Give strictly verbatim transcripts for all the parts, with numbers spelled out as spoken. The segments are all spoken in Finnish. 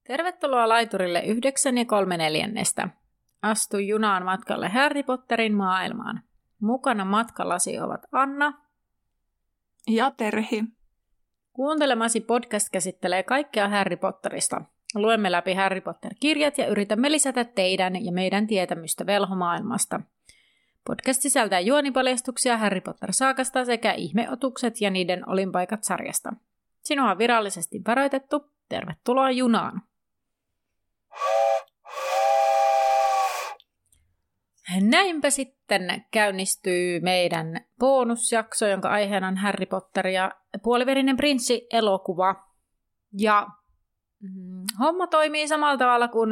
Tervetuloa laiturille yhdeksän ja kolme neljännestä. Astu junaan matkalle Harry Potterin maailmaan. Mukana matkallasi ovat Anna ja Terhi. Kuuntelemasi podcast käsittelee kaikkea Harry Potterista. Luemme läpi Harry Potter-kirjat ja yritämme lisätä teidän ja meidän tietämystä velhomaailmasta. Podcast sisältää juonipaljastuksia Harry Potter-saakasta sekä ihmeotukset ja niiden olinpaikat sarjasta. Sinua on virallisesti varoitettu. Tervetuloa junaan! Näinpä sitten käynnistyy meidän bonusjakso, jonka aiheena on Harry Potter ja Puoliverinen prinssi-elokuva. Ja mm, homma toimii samalla tavalla kuin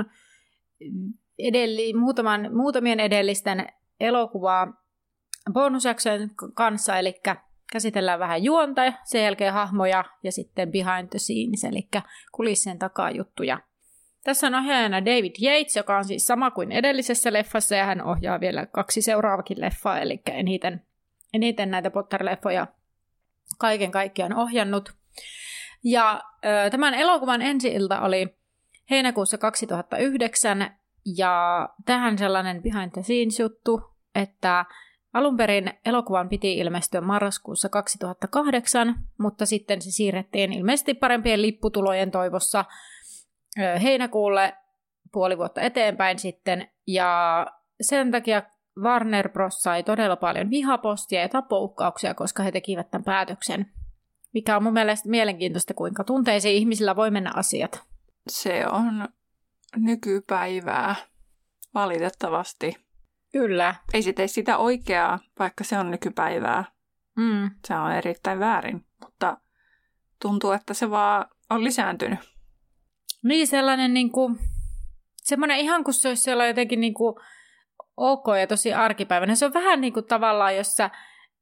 edelli, muutaman, muutamien edellisten elokuvaa bonusjaksojen kanssa, eli käsitellään vähän juonta, sen jälkeen hahmoja ja sitten behind the scenes, eli kulissien takaa juttuja. Tässä on ohjaajana David Yates, joka on siis sama kuin edellisessä leffassa, ja hän ohjaa vielä kaksi seuraavakin leffaa, eli eniten, eniten näitä Potter-leffoja kaiken kaikkiaan ohjannut. Ja ö, tämän elokuvan ensi-ilta oli heinäkuussa kaksituhattayhdeksän, ja tähän sellainen behind the scenes juttu, että alun perin elokuvan piti ilmestyä marraskuussa kaksituhattakahdeksan, mutta sitten se siirrettiin ilmeisesti parempien lipputulojen toivossa heinäkuulle puoli vuotta eteenpäin sitten, ja sen takia Warner Bros. Sai todella paljon vihapostia ja tappouhkauksia, koska he tekivät tämän päätöksen, mikä on mun mielestä mielenkiintoista, kuinka tunteisiin ihmisillä voi mennä asiat. Se on nykypäivää, valitettavasti. Kyllä. Ei se tee sitä oikeaa, vaikka se on nykypäivää. Mm. Se on erittäin väärin, mutta tuntuu, että se vaan on lisääntynyt. Niin, sellainen niinku, semmoinen ihan kuin se olisi sellainen jotenkin niinku ok ja tosi arkipäiväinen. Se on vähän niinku tavallaan, jos sä,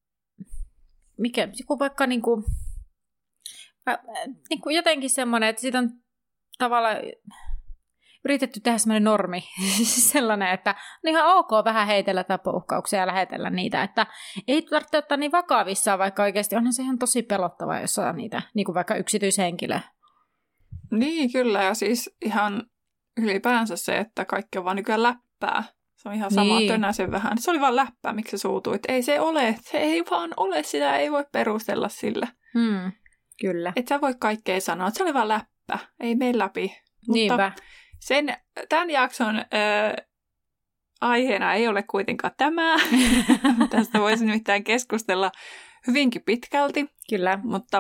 mikä, joku vaikka niinku, äh, niinku jotenkin semmoinen, että siitä on tavallaan yritetty tehdä semmoinen normi, sellainen, että on ihan ok vähän heitellä tappouhkauksia ja lähetellä niitä, että ei tarvitse ottaa niin vakavissaan, vaikka oikeasti onhan se ihan tosi pelottavaa, jos saa niitä, niin kuin vaikka yksityishenkilö. Niin, kyllä, ja siis ihan ylipäänsä se, että kaikki on vaan nykyään läppää. Se on ihan sama niin. Tönäsen vähän. Se oli vaan läppää, miksi se suutuit. Ei se ole, se ei vaan ole, sitä ei voi perustella sillä. Hmm, kyllä. Et sä voi kaikkea sanoa, että se oli vaan läppä, ei mene läpi. Niinpä. Mutta sen, tämän jakson äh, aiheena ei ole kuitenkaan tämä. Tästä voisi nimittäin keskustella hyvinkin pitkälti. Kyllä. Mutta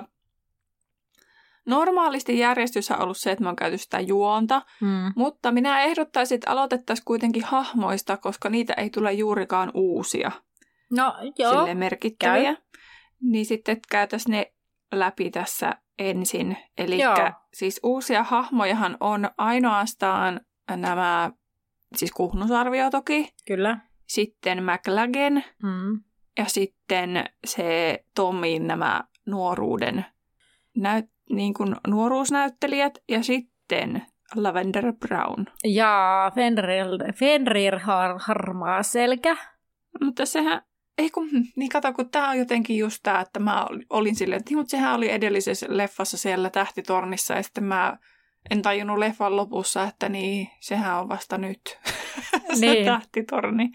normaalisti järjestys on ollut se, että me on käyty sitä juonta, hmm. mutta minä ehdottaisin, että aloitettaisiin kuitenkin hahmoista, koska niitä ei tule juurikaan uusia. No joo. Silleen merkittäviä. Käy. Niin sitten käytäisiin ne läpi tässä ensin. Eli siis uusia hahmojahan on ainoastaan nämä, siis Kuhnusarvio toki. Kyllä. Sitten McLaggen hmm. ja sitten se Tomin nämä nuoruuden näyt, niin kuin nuoruusnäyttelijät ja sitten Lavender Brown. Ja Fenrir, Fenrir har, harmaa selkä. Mutta sehän, ei kun, niin kato, kun tämä on jotenkin just tämä, että mä olin silleen, että mutta sehän oli edellisessä leffassa siellä Tähtitornissa ja sitten mä en tajunnut leffan lopussa, että niin, sehän on vasta nyt se niin. Tähtitorni.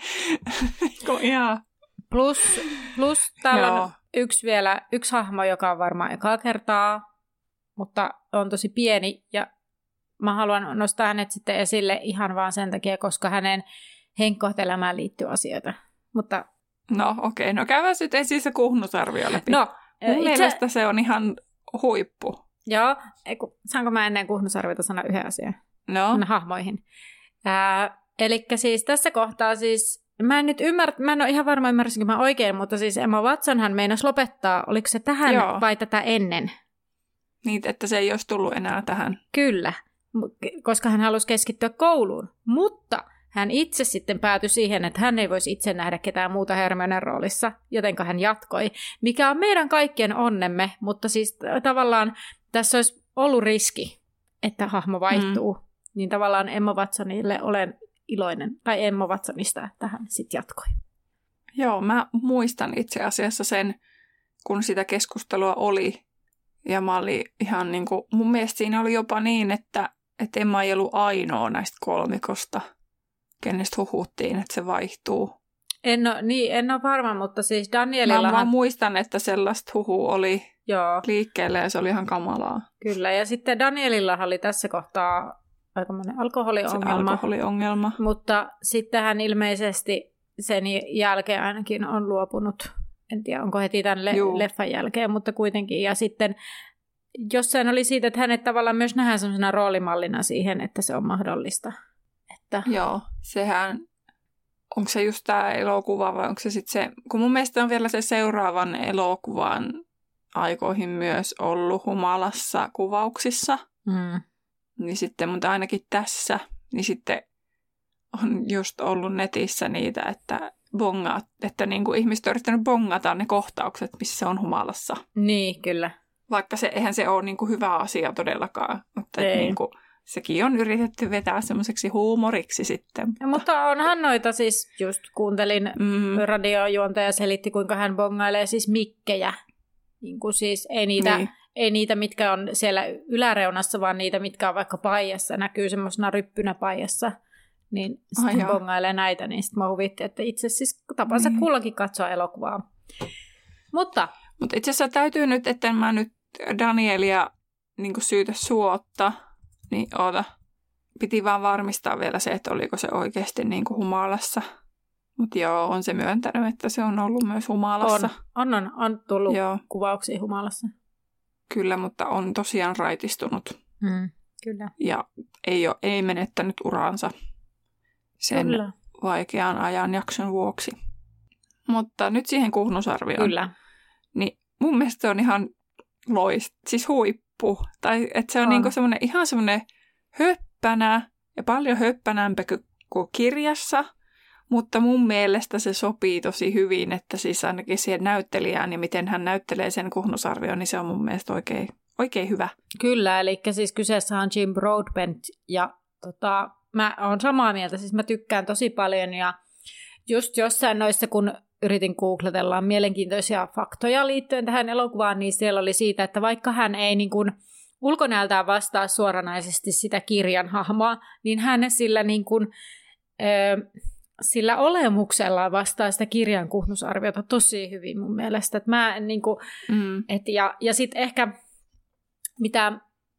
Ihan. Plus, plus täällä on yksi vielä, yksi hahmo, joka on varmaan ekaa kertaa, mutta on tosi pieni ja mä haluan nostaa hänet sitten esille ihan vaan sen takia, koska hänen henkkohtelemään liittyy asioita. Mutta no okei, okay. No käydään nyt ensin se Kuhnusarvio läpi. No, mun itse mielestä se on ihan huippu. Joo, eiku, saanko mä ennen Kuhnusarviota sanoa yhden asian? No. Hahmoihin. Ää, elikkä siis tässä kohtaa siis, mä en nyt ymmärrä, mä en ole ihan varma ymmärsinkö mä oikein, mutta siis Emma Watsonhan meinasi lopettaa, oliko se tähän Joo. vai tätä ennen? Niin, että se ei olisi tullut enää tähän. Kyllä, koska hän halusi keskittyä kouluun, mutta hän itse sitten päätyi siihen, että hän ei voisi itse nähdä ketään muuta Hermionen roolissa, jotenka hän jatkoi, mikä on meidän kaikkien onnemme, mutta siis tavallaan tässä olisi ollut riski, että hahmo vaihtuu, mm. niin tavallaan Emma Watsonille olen iloinen, tai Emma Watsonista, että hän sitten jatkoi. Joo, mä muistan itse asiassa sen, kun sitä keskustelua oli, ja mä olin ihan niin kuin, mun mielestä siinä oli jopa niin, että että Emma ei ollut ainoa näistä kolmikosta, kenestä huhuttiin, että se vaihtuu. En ole, niin, en ole varma, mutta siis Mä Danielillahan... vaan muistan, että sellaista huhua oli Joo. liikkeelle ja se oli ihan kamalaa. Kyllä, ja sitten Danielillahan oli tässä kohtaa aikamoinen alkoholiongelma. alkoholiongelma. Mutta sitten hän ilmeisesti sen jälkeen ainakin on luopunut. En tiedä, onko heti tämän le- leffan jälkeen, mutta kuitenkin. Ja sitten jossain oli siitä, että hänet tavallaan myös nähdään sellaisena roolimallina siihen, että se on mahdollista. Että... Joo, sehän, onko se just tämä elokuva vai onko se sitten se, kun mun mielestä on vielä se seuraavan elokuvan aikoihin myös ollut humalassa kuvauksissa, mm. niin sitten, mutta ainakin tässä, niin sitten on just ollut netissä niitä, että bongaat, että niin kuin ihmiset on yrittänyt bongata ne kohtaukset, missä se on humalassa. Niin, kyllä. Vaikka se, eihän se ole niin kuin hyvä asia todellakaan, mutta niin kuin, sekin on yritetty vetää semmoiseksi huumoriksi sitten. Mutta, mutta onhan noita siis, just kuuntelin mm. radiojuontaja selitti, kuinka hän bongailee siis mikkejä. Niin kuin siis ei niitä, niin. ei niitä, mitkä on siellä yläreunassa, vaan niitä, mitkä on vaikka paijassa, näkyy semmoisena ryppynä paijassa. Niin sitten oh, bongailee näitä, niin sitten mä huvittiin, että itse siis tapansa niin. kullakin katsoa elokuvaa. Mutta Mutta itse asiassa täytyy nyt, että mä nyt Danielia niin syytä suotta, niin oota. Piti vaan varmistaa vielä se, että oliko se oikeasti niin kuin humalassa. Mutta joo, on se myöntänyt, että se on ollut myös humalassa. On, on, on, on tullut joo. kuvauksia humalassa. Kyllä, mutta on tosiaan raitistunut. Mm, kyllä. Ja ei, ole, ei menettänyt uraansa sen kyllä. vaikean ajanjakson vuoksi. Mutta nyt siihen Kuhnusarvioon. Kyllä. Niin mun mielestä se on ihan loist, siis huippu. Tai että se on, on. Niinku semmoinen ihan semmoinen höppänä ja paljon höppänämpi kuin kirjassa. Mutta mun mielestä se sopii tosi hyvin, että siis ainakin siihen näyttelijään ja miten hän näyttelee sen Kuhnusarvion, niin se on mun mielestä oikein, oikein hyvä. Kyllä, eli siis kyseessä on Jim Broadbent ja tota, mä oon samaa mieltä, siis mä tykkään tosi paljon ja just jossain noissa, kun yritin googletella mielenkiintoisia faktoja liittyen tähän elokuvaan, niin siellä oli siitä, että vaikka hän ei niin kuin ulkonäöltään vastaa suoranaisesti sitä kirjan hahmoa, niin hän sillä niin kuin, ö, sillä olemuksella vastaa sitä kirjan Kuhnusarviota tosi hyvin mun mielestä. Et mä, niin kuin, mm. et, ja ja sitten ehkä, mitä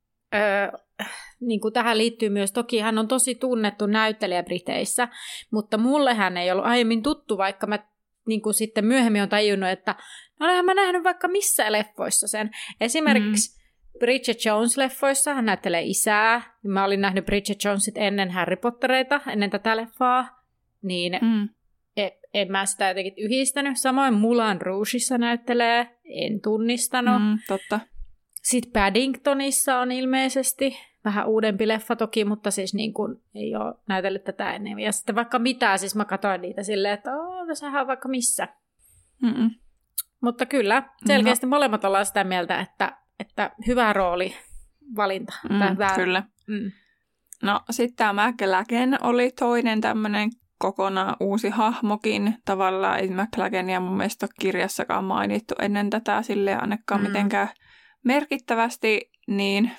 ö, niin kuin tähän liittyy myös, toki hän on tosi tunnettu näyttelijä Briteissä, mutta mulle hän ei ollut aiemmin tuttu, vaikka mä niin kuin sitten myöhemmin on tajunnut, että no olenhan mä nähnyt vaikka missä leffoissa sen. Esimerkiksi mm. Bridget Jones-leffoissa hän näyttelee isää. Mä olin nähnyt Bridget Jonesit ennen Harry Pottereita, ennen tätä leffaa. Niin mm. en, en mä sitä jotenkin yhdistänyt. Samoin Moulin Rougeissa näyttelee, en tunnistanut. Mm, totta. Sitten Paddingtonissa on ilmeisesti vähän uudempi leffa toki, mutta siis niin kuin ei ole näytellyt tätä ennen. Ja sitten vaikka mitään, siis mä katsoin niitä silleen, että ooo, sehän on vaikka missä. Mm-mm. Mutta kyllä, selkeästi no. molemmat ollaan sitä mieltä, että, että hyvä rooli valinta. Mm, kyllä. Mm. No sitten tämä McLaggen oli toinen tämmöinen kokonaan uusi hahmokin. Tavallaan ei McLaggenia mun mielestä ole kirjassakaan mainittu ennen tätä silleen ainakaan mm. mitenkään merkittävästi, niin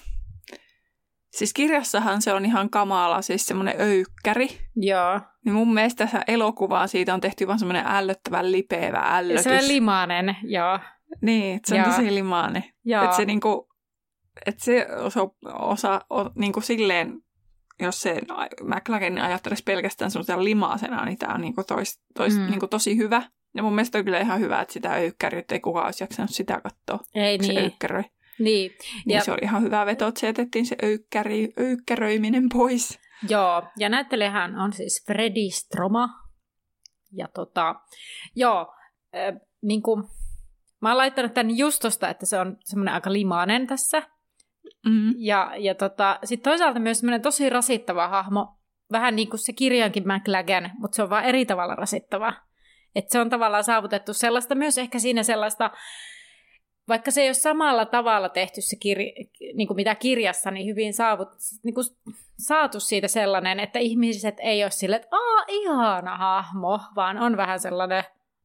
siis kirjassahan se on ihan kamala, siis semmoinen öykkäri. Joo. Niin mun mielestä tässä elokuvaa siitä on tehty vaan semmoinen ällöttävän lipeävä ällötys. Se on limainen, joo. Niin, se on joo. tosi limainen. Että se niinku, että se osa, osa o, niinku silleen, jos se McLaggen ajattelisi pelkästään semmoisella limaasena, niin tämä on niinku tois, tois, mm. niinku tosi hyvä. Ja mun mielestä on kyllä ihan hyvä, että sitä öykkäriä, ei kukaan olisi jaksanut sitä katsoa. Ei niin. Se öykkäröi. Niin. Niin ja se oli ihan hyvä veto, että se jätettiin se öykkäri, öykkäröiminen pois. Joo, ja näyttelijähän on siis Freddie Stroma. Ja tota, joo, äh, niin kuin, mä oon laittanut tän just tosta, että se on semmoinen aika limainen tässä. Mm-hmm. Ja, ja tota, sitten toisaalta myös semmoinen tosi rasittava hahmo, vähän niin kuin se kirjankin McLaggen, mutta se on vaan eri tavalla rasittava. Että se on tavallaan saavutettu sellaista, myös ehkä siinä sellaista, vaikka se ei ole samalla tavalla tehty se kirja, niin kuin mitä kirjassa, niin hyvin saavut, niin kuin saatu siitä sellainen, että ihmiset ei ole silleen, että aah, ihana hahmo, vaan on vähän sellainen,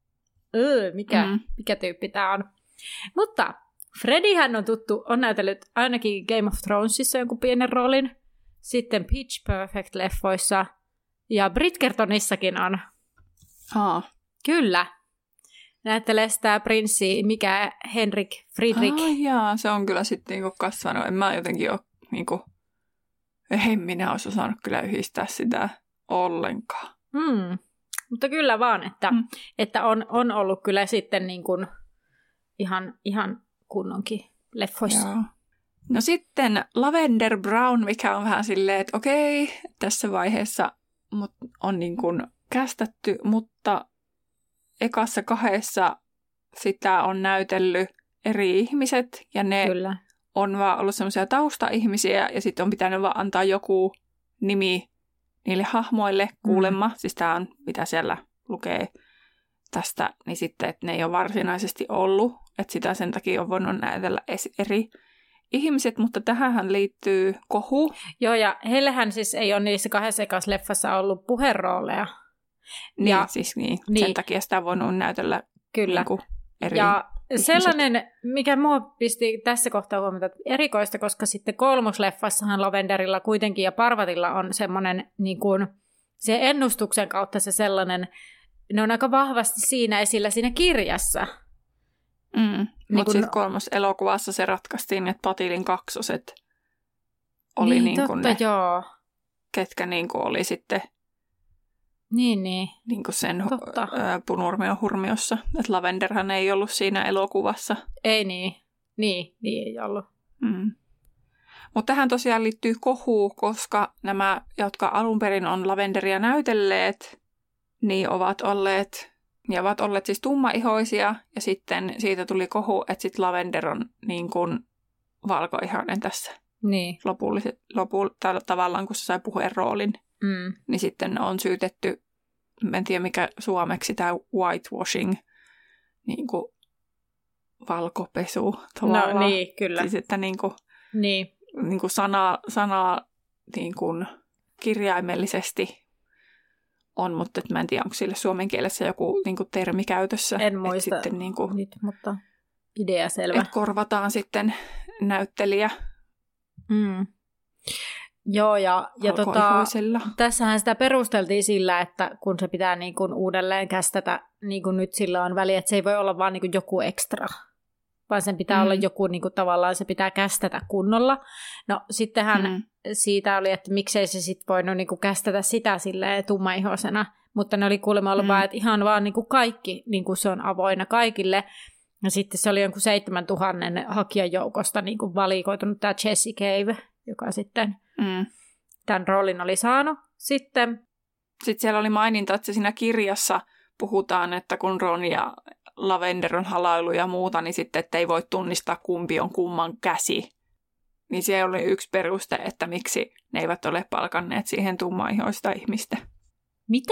öö, mikä, mm. mikä tyyppi tämä on. Mutta Freddyhän on tuttu, on näytellyt ainakin Game of Thronesissa jonkun pienen roolin. sitten Pitch Perfect-leffoissa ja Bridgertonissakin on. Aa. Kyllä. Näyttelee sitä prinssi, mikä Henrik Friedrich. Ah, jaa, se on kyllä sitten niinku kasvanut. En mä jotenkin ole, niinku, en minä olisi osannut kyllä yhdistää sitä ollenkaan. Mm. Mutta kyllä vaan, että, mm. että on, on ollut kyllä sitten niin kuin ihan, ihan kunnonkin leffoissa. Joo. No sitten Lavender Brown, mikä on vähän silleen, että okei, tässä vaiheessa on niin kuin kästetty, mutta ekassa kahdessa sitä on näytellyt eri ihmiset ja ne Kyllä. on vaan ollut semmoisia taustaihmisiä ja sitten on pitänyt vaan antaa joku nimi niille hahmoille kuulemma. Mm. Siis tämä on, mitä siellä lukee tästä, niin sitten, että ne ei ole varsinaisesti ollut, että sitä sen takia on voinut näytellä eri ihmiset, mutta tähän liittyy kohu. Joo, ja heillähän siis ei ole niissä kahdessa ekassa leffassa ollut puherooleja. Niin, ja, siis niin. niin. Sen takia sitä on voinut näytellä Kyllä. Niin kuin eri ja ihmiset. Sellainen, mikä mua pisti tässä kohtaa huomata erikoista, koska sitten kolmosleffassahan Lavenderilla kuitenkin ja Parvatilla on semmoinen, niin kuin, se ennustuksen kautta se sellainen, ne on aika vahvasti siinä esillä siinä kirjassa. Mm. Niin Mutta kun... sitten kolmos elokuvassa se ratkaistiin, että Patilin kaksoset oli niin, niin kuin totta, ne, joo. ketkä niin kuin oli sitten niin, niin. Niin kuin sen ä, Punurmion hurmiossa. Että Lavenderhan ei ollut siinä elokuvassa. Ei niin. Niin, niin ei ollut. Mm. Mutta tähän tosiaan liittyy kohu, koska nämä, jotka alun perin on Lavenderia näytelleet, niin ovat olleet, ja ovat olleet siis tummaihoisia, ja sitten siitä tuli kohu, että sitten Lavender on niin kuin valkoihainen tässä. Niin. Lopulliset, lopu, tavallaan, kun se sai puheen roolin. Mm. Niin sitten on syytetty, en tiedä mikä suomeksi tämä whitewashing, niin kuin valkopesu tavallaan. No niin, kyllä. Siis että niin kuin, niin. niin kuin sana, sana niin kuin kirjaimellisesti on, mutta mä en tiedä, onko sille suomen kielessä joku niin kuin termi käytössä. En muista sitten, niin kuin, nyt, mutta idea selvä. Että korvataan sitten näyttelijä. Mm. Joo, ja, ja tota, tässähän sitä perusteltiin sillä, että kun se pitää niin kuin uudelleen kästetä, niin kuin nyt sillä on väliä, että se ei voi olla vaan niin kuin joku ekstra, vaan sen pitää mm. olla joku, niin kuin tavallaan se pitää kästetä kunnolla. No sittenhän mm. siitä oli, että miksei se sitten voinut niin kuin kästetä sitä silleen tummaihoisena, mutta ne oli kuulemma ollut mm. vaan, että ihan vaan niin kuin kaikki, niin kuin se on avoinna kaikille. Ja sitten se oli jonkun seitsemän tuhannen hakijan joukosta niin kuin valikoitunut tämä Jessie Cave, joka sitten mm. tämän roolin oli saanut. Sitten Sitten siellä oli maininta, että siinä kirjassa puhutaan, että kun Ron ja Lavender on halailu ja muuta, niin sitten että ei voi tunnistaa kumpi on kumman käsi. Niin se oli yksi peruste, että miksi ne eivät ole palkanneet siihen tummaihoista ihmistä. Mitä?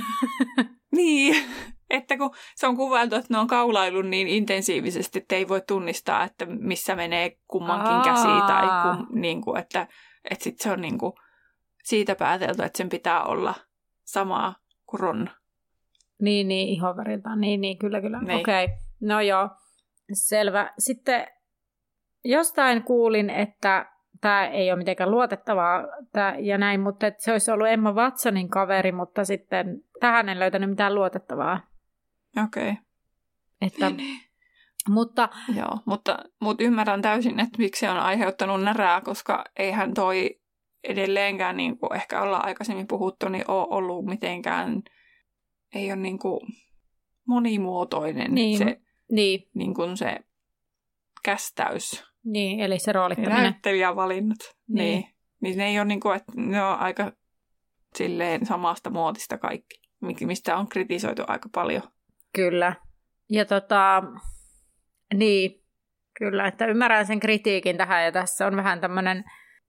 Niin, että kun se on kuvailtu, että ne on kaulailu niin intensiivisesti, että ei voi tunnistaa, että missä menee kummankin Aa. käsi. Tai kum, niin kuin, että, että sit se on niin kuin siitä päätelty, että sen pitää olla samaa kuin Ron. Niin, niin, ihoväriltään. Niin, niin, kyllä, kyllä. Niin. Okei, okay. No joo, selvä. Sitten jostain kuulin, että tämä ei ole mitenkään luotettavaa tää, ja näin, mutta että se olisi ollut Emma Watsonin kaveri, mutta sitten tähän en löytänyt mitään luotettavaa. Okei. Okay. Että, mutta, Joo, mutta, mutta ymmärrän täysin, että miksi se on aiheuttanut närää, koska eihän toi edelleenkään, niin kuin ehkä ollaan aikaisemmin puhuttu, niin ole ollut mitenkään, ei ole niin kuin monimuotoinen niin, se, niin. Niin kuin se kästäys. Niin, eli se roolittaminen. Näyttelijävalinnat. Niin. Niin. Niin ne ei ole niin kuin, että ne on aika silleen samasta muotista kaikki, mistä on kritisoitu aika paljon. Kyllä. Ja tota, niin, kyllä, että ymmärrän sen kritiikin tähän, ja tässä on vähän tämmöinen,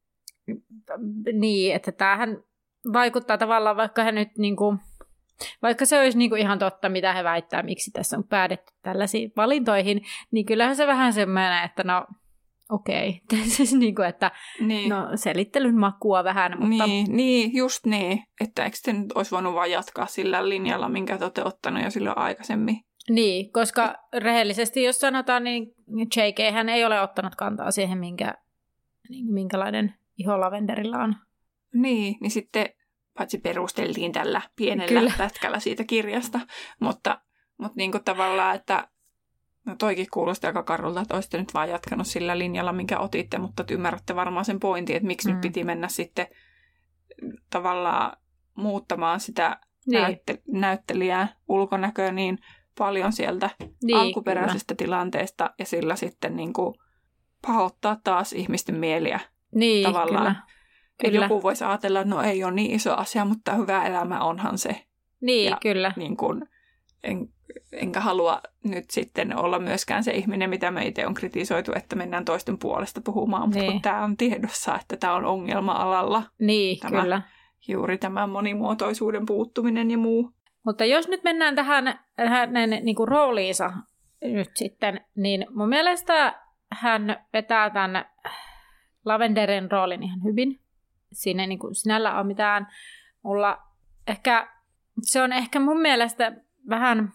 niin, että tämähän vaikuttaa tavallaan, vaikka he nyt niinku, vaikka se olisi niinku ihan totta, mitä he väittää, miksi tässä on päädytty tällaisiin valintoihin, niin kyllähän se vähän semmoinen, että no, okei, okay. siis niinku, että niin. no selittelyn makua vähän, mutta... Niin, niin, just niin, että eikö te nyt olisi voinut vaan jatkaa sillä linjalla, minkä te olette ottanut jo silloin aikaisemmin. Niin, koska rehellisesti jos sanotaan, niin J K hän ei ole ottanut kantaa siihen, minkä, niin minkälainen iho Lavenderilla on. Niin, niin sitten paitsi perusteltiin tällä pienellä Kyllä. pätkällä siitä kirjasta, mutta, mutta niin kuin tavallaan, että no toikin kuulosti aika karulta, että olisitte nyt vaan jatkanut sillä linjalla, minkä otitte, mutta ymmärrätte varmaan sen pointin, että miksi mm. nyt piti mennä sitten tavallaan muuttamaan sitä niin. näytte- näyttelijää ulkonäköä niin paljon sieltä niin, alkuperäisestä kyllä. tilanteesta ja sillä sitten niin kuin pahoittaa taas ihmisten mieliä niin, tavallaan. Kyllä. Kyllä. Joku voisi ajatella, että no ei ole niin iso asia, mutta hyvä elämä onhan se. Niin, ja kyllä. Niin kuin, en, enkä halua nyt sitten olla myöskään se ihminen, mitä me itse on kritisoitu, että mennään toisten puolesta puhumaan, niin. mutta tämä on tiedossa, että tämä on ongelma-alalla. Niin, tämä, kyllä. Juuri tämä monimuotoisuuden puuttuminen ja muu. Mutta jos nyt mennään tähän hänen niin kuin rooliinsa nyt sitten, niin mun mielestä hän vetää tämän Lavenderin roolin ihan hyvin. Siinä ei niin kuin sinällä ole mitään. Mulla ehkä, se on ehkä mun mielestä vähän,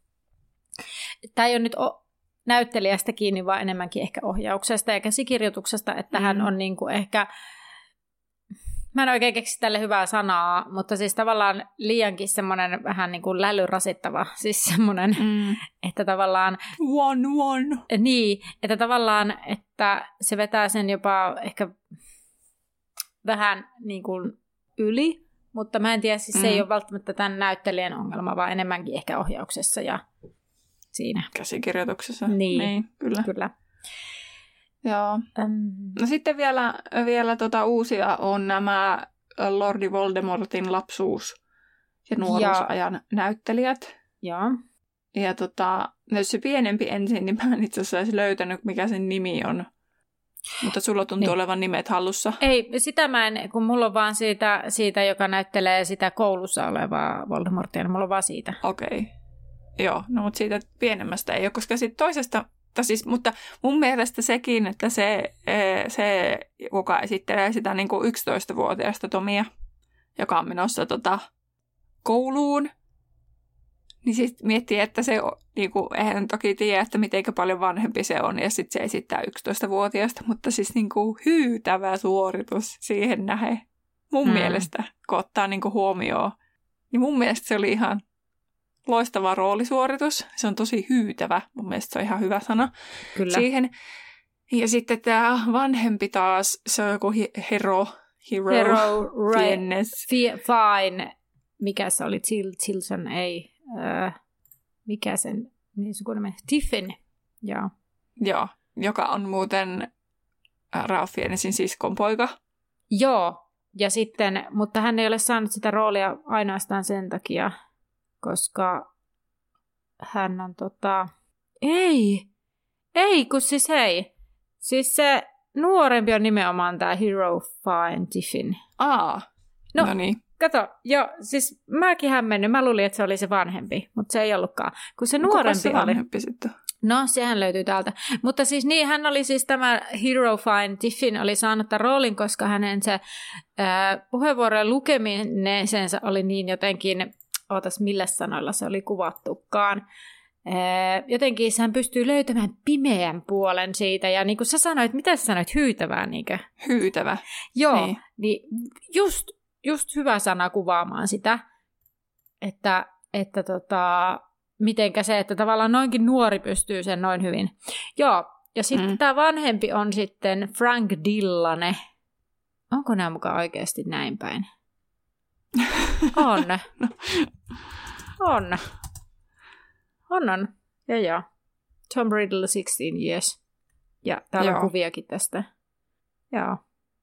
tämä ei ole nyt o- näyttelijästä kiinni, vaan enemmänkin ehkä ohjauksesta ja käsikirjoituksesta, että mm. hän on niin kuin ehkä, mä en oikein keksi tälle hyvää sanaa, mutta siis tavallaan liiankin semmoinen vähän niin kuin lälyrasittava, siis semmoinen, mm. että tavallaan one one. Niin, että tavallaan, että se vetää sen jopa ehkä vähän niin kuin yli, mutta mä en tiedä, siis se mm. ei ole välttämättä tämän näyttelijän ongelma, vaan enemmänkin ehkä ohjauksessa ja siinä. Käsikirjoituksessa. Niin, niin kyllä. kyllä. Joo. Um. No sitten vielä, vielä tota uusia on nämä Lordi Voldemortin lapsuus- ja nuoruusajan ja. näyttelijät. Joo. Ja tota, jos se pienempi ensin, niin mä en itse asiassa edes löytänyt, mikä sen nimi on. Mutta sulla tuntuu niin. olevan nimet hallussa. Ei, sitä mä en, kun mulla on vaan siitä, siitä joka näyttelee sitä koulussa olevaa Voldemortia, niin mulla on vaan siitä. Okei. Okay. Joo, no mutta siitä pienemmästä ei ole, koska siitä toisesta, siis, mutta mun mielestä sekin, että se, se joka esittelee sitä niin kuin yksitoistavuotiaasta Tomia, joka on menossa tota, kouluun, niin sitten miettii, että se, niin kuin, eihän toki tiedä, että miten paljon vanhempi se on, ja sitten se esittää yksitoistavuotiaasta, mutta siis niin kuin hyytävä suoritus siihen nähe. Mun mm. mielestä, kun ottaa niin kuin huomioon, niin mun mielestä se oli ihan loistava roolisuoritus. Se on tosi hyytävä. Mun mielestä se on ihan hyvä sana Kyllä. siihen. Ja sitten tämä vanhempi taas, se on joku hi- hero, hero, hero right. Fine. Mikä se oli? Tilson, ei. Äh, mikä sen niin sukunimi? Tiffin. Joo. Joo, joka on muuten Ralph Fiennesin siskon poika. Joo, ja sitten, mutta hän ei ole saanut sitä roolia ainoastaan sen takia, koska hän on tota... Ei! Ei, kun siis ei. Siis se nuorempi on nimenomaan tämä Hero Fine Tiffin. Aa, no, no niin. Kato, joo, siis mäkin hämmennyt. Mä luulin, että se oli se vanhempi, mutta se ei ollutkaan. Kun se nuorempi Kuka se vanhempi oli... sitten? No, sehän löytyy täältä. Mutta siis niin, hän oli siis tämä Hero Fine Tiffin oli saanut tämän roolin, koska hänen se äh, puheenvuorojen lukemisensa oli niin jotenkin... Ootas, millä sanoilla se oli kuvattukaan. Ee, jotenkin hän pystyy löytämään pimeän puolen siitä. Ja niin kuin sä sanoit, mitä sä sanoit? Hyytävää, niinkö? Hyytävä. Joo, niin, niin just, just hyvä sana kuvaamaan sitä, että, että tota, mitenkä se, että tavallaan noinkin nuori pystyy sen noin hyvin. Joo, ja sitten mm. tämä vanhempi on sitten Frank Dillane. Onko nämä mukaan oikeasti näin päin? On. no. On. On, on. Ja joo. Tom Riddle sixteen years. Ja täällä joo. on kuviakin tästä. Joo.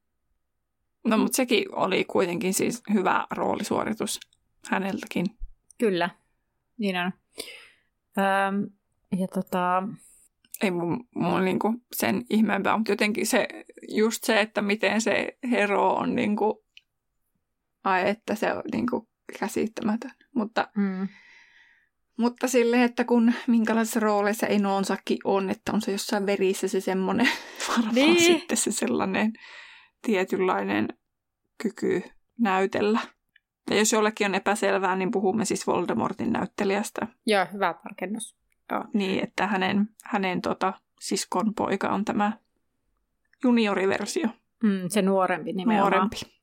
No, mutta sekin oli kuitenkin siis hyvä roolisuoritus häneltäkin. Kyllä. Niin on. Öm, ja tota... Ei mun, mun niinku sen ihmeempää, mutta jotenkin se, just se, että miten se hero on niinku... Ai, että se on niinku käsittämätön. Mutta, mm. mutta silleen, että kun minkälaisessa rooleissa Enonsakin on, että on se jossain verissä se semmoinen, varmaan niin. sitten se sellainen tietynlainen kyky näytellä. Ja jos jollekin on epäselvää, niin puhumme siis Voldemortin näyttelijästä. Joo, hyvä tarkennus. Joo. Niin, että hänen, hänen tota, siskon poika on tämä junioriversio. Mm, se nuorempi nimenomaan. Nuorempi,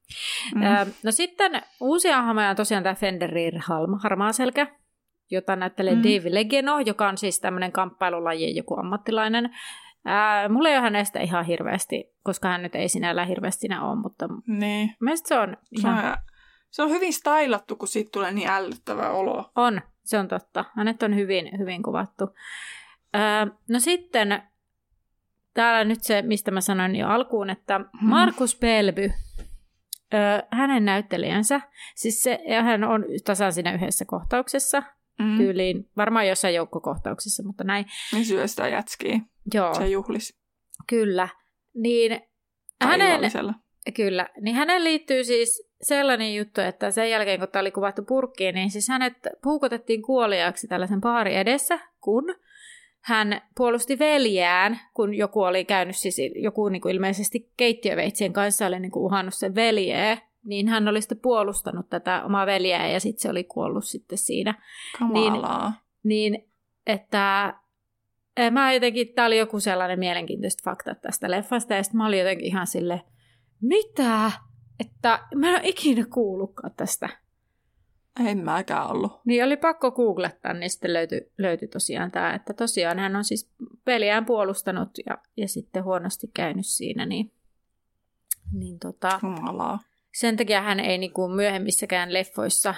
Mm. Ö, no sitten uusia hahmoja on tosiaan tämä Fenrir Harmaaselkä, jota näyttelee mm. Dave Legeno, joka on siis tämmöinen kamppailulajien joku ammattilainen. Ää, mulla ei ole hänestä ihan hirveästi, koska hän nyt ei sinällään hirveästi siinä ole, mutta niin. mielestäni se on ihan... Se on, se on hyvin stylattu, kun siitä tulee niin ällöttävä olo. On, se on totta. Hänet on hyvin, hyvin kuvattu. Ää, no sitten, täällä nyt se, mistä mä sanoin jo alkuun, että Markus Belby, ää, hänen näyttelijänsä, siis se, ja hän on tasan siinä yhdessä kohtauksessa, mm. tyyliin, varmaan jossain joukkokohtauksessa, mutta näin. Niin syö sitä jätskiä. Joo. Se juhlis. Kyllä. Niin hänen, kyllä. Niin hänen liittyy siis sellainen juttu, että sen jälkeen, kun tämä oli kuvattu purkkiin, niin siis hänet puukotettiin kuoliaaksi tällaisen baari edessä, kun hän puolusti veljään, kun joku oli käynyt, siis joku niin kuin ilmeisesti keittiöveitsien kanssa oli niin kuin uhannut sen veljeä, niin hän oli sitten puolustanut tätä omaa veljeä ja sitten se oli kuollut sitten siinä. Kamalaa. Niin, niin että... Mä jotenkin, tää oli joku sellainen mielenkiintoista fakta tästä leffasta, ja sitten mä olin jotenkin ihan silleen, mitä? Että mä en ole ikinä kuullutkaan tästä. En mäkään ollut. Niin oli pakko googlettaa, niin sitten löytyi, löytyi tosiaan tämä, että tosiaan hän on siis veljään puolustanut ja, ja sitten huonosti käynyt siinä, niin, niin tota, Jumalaa. Sen takia hän ei niinku myöhemmissäkään leffoissa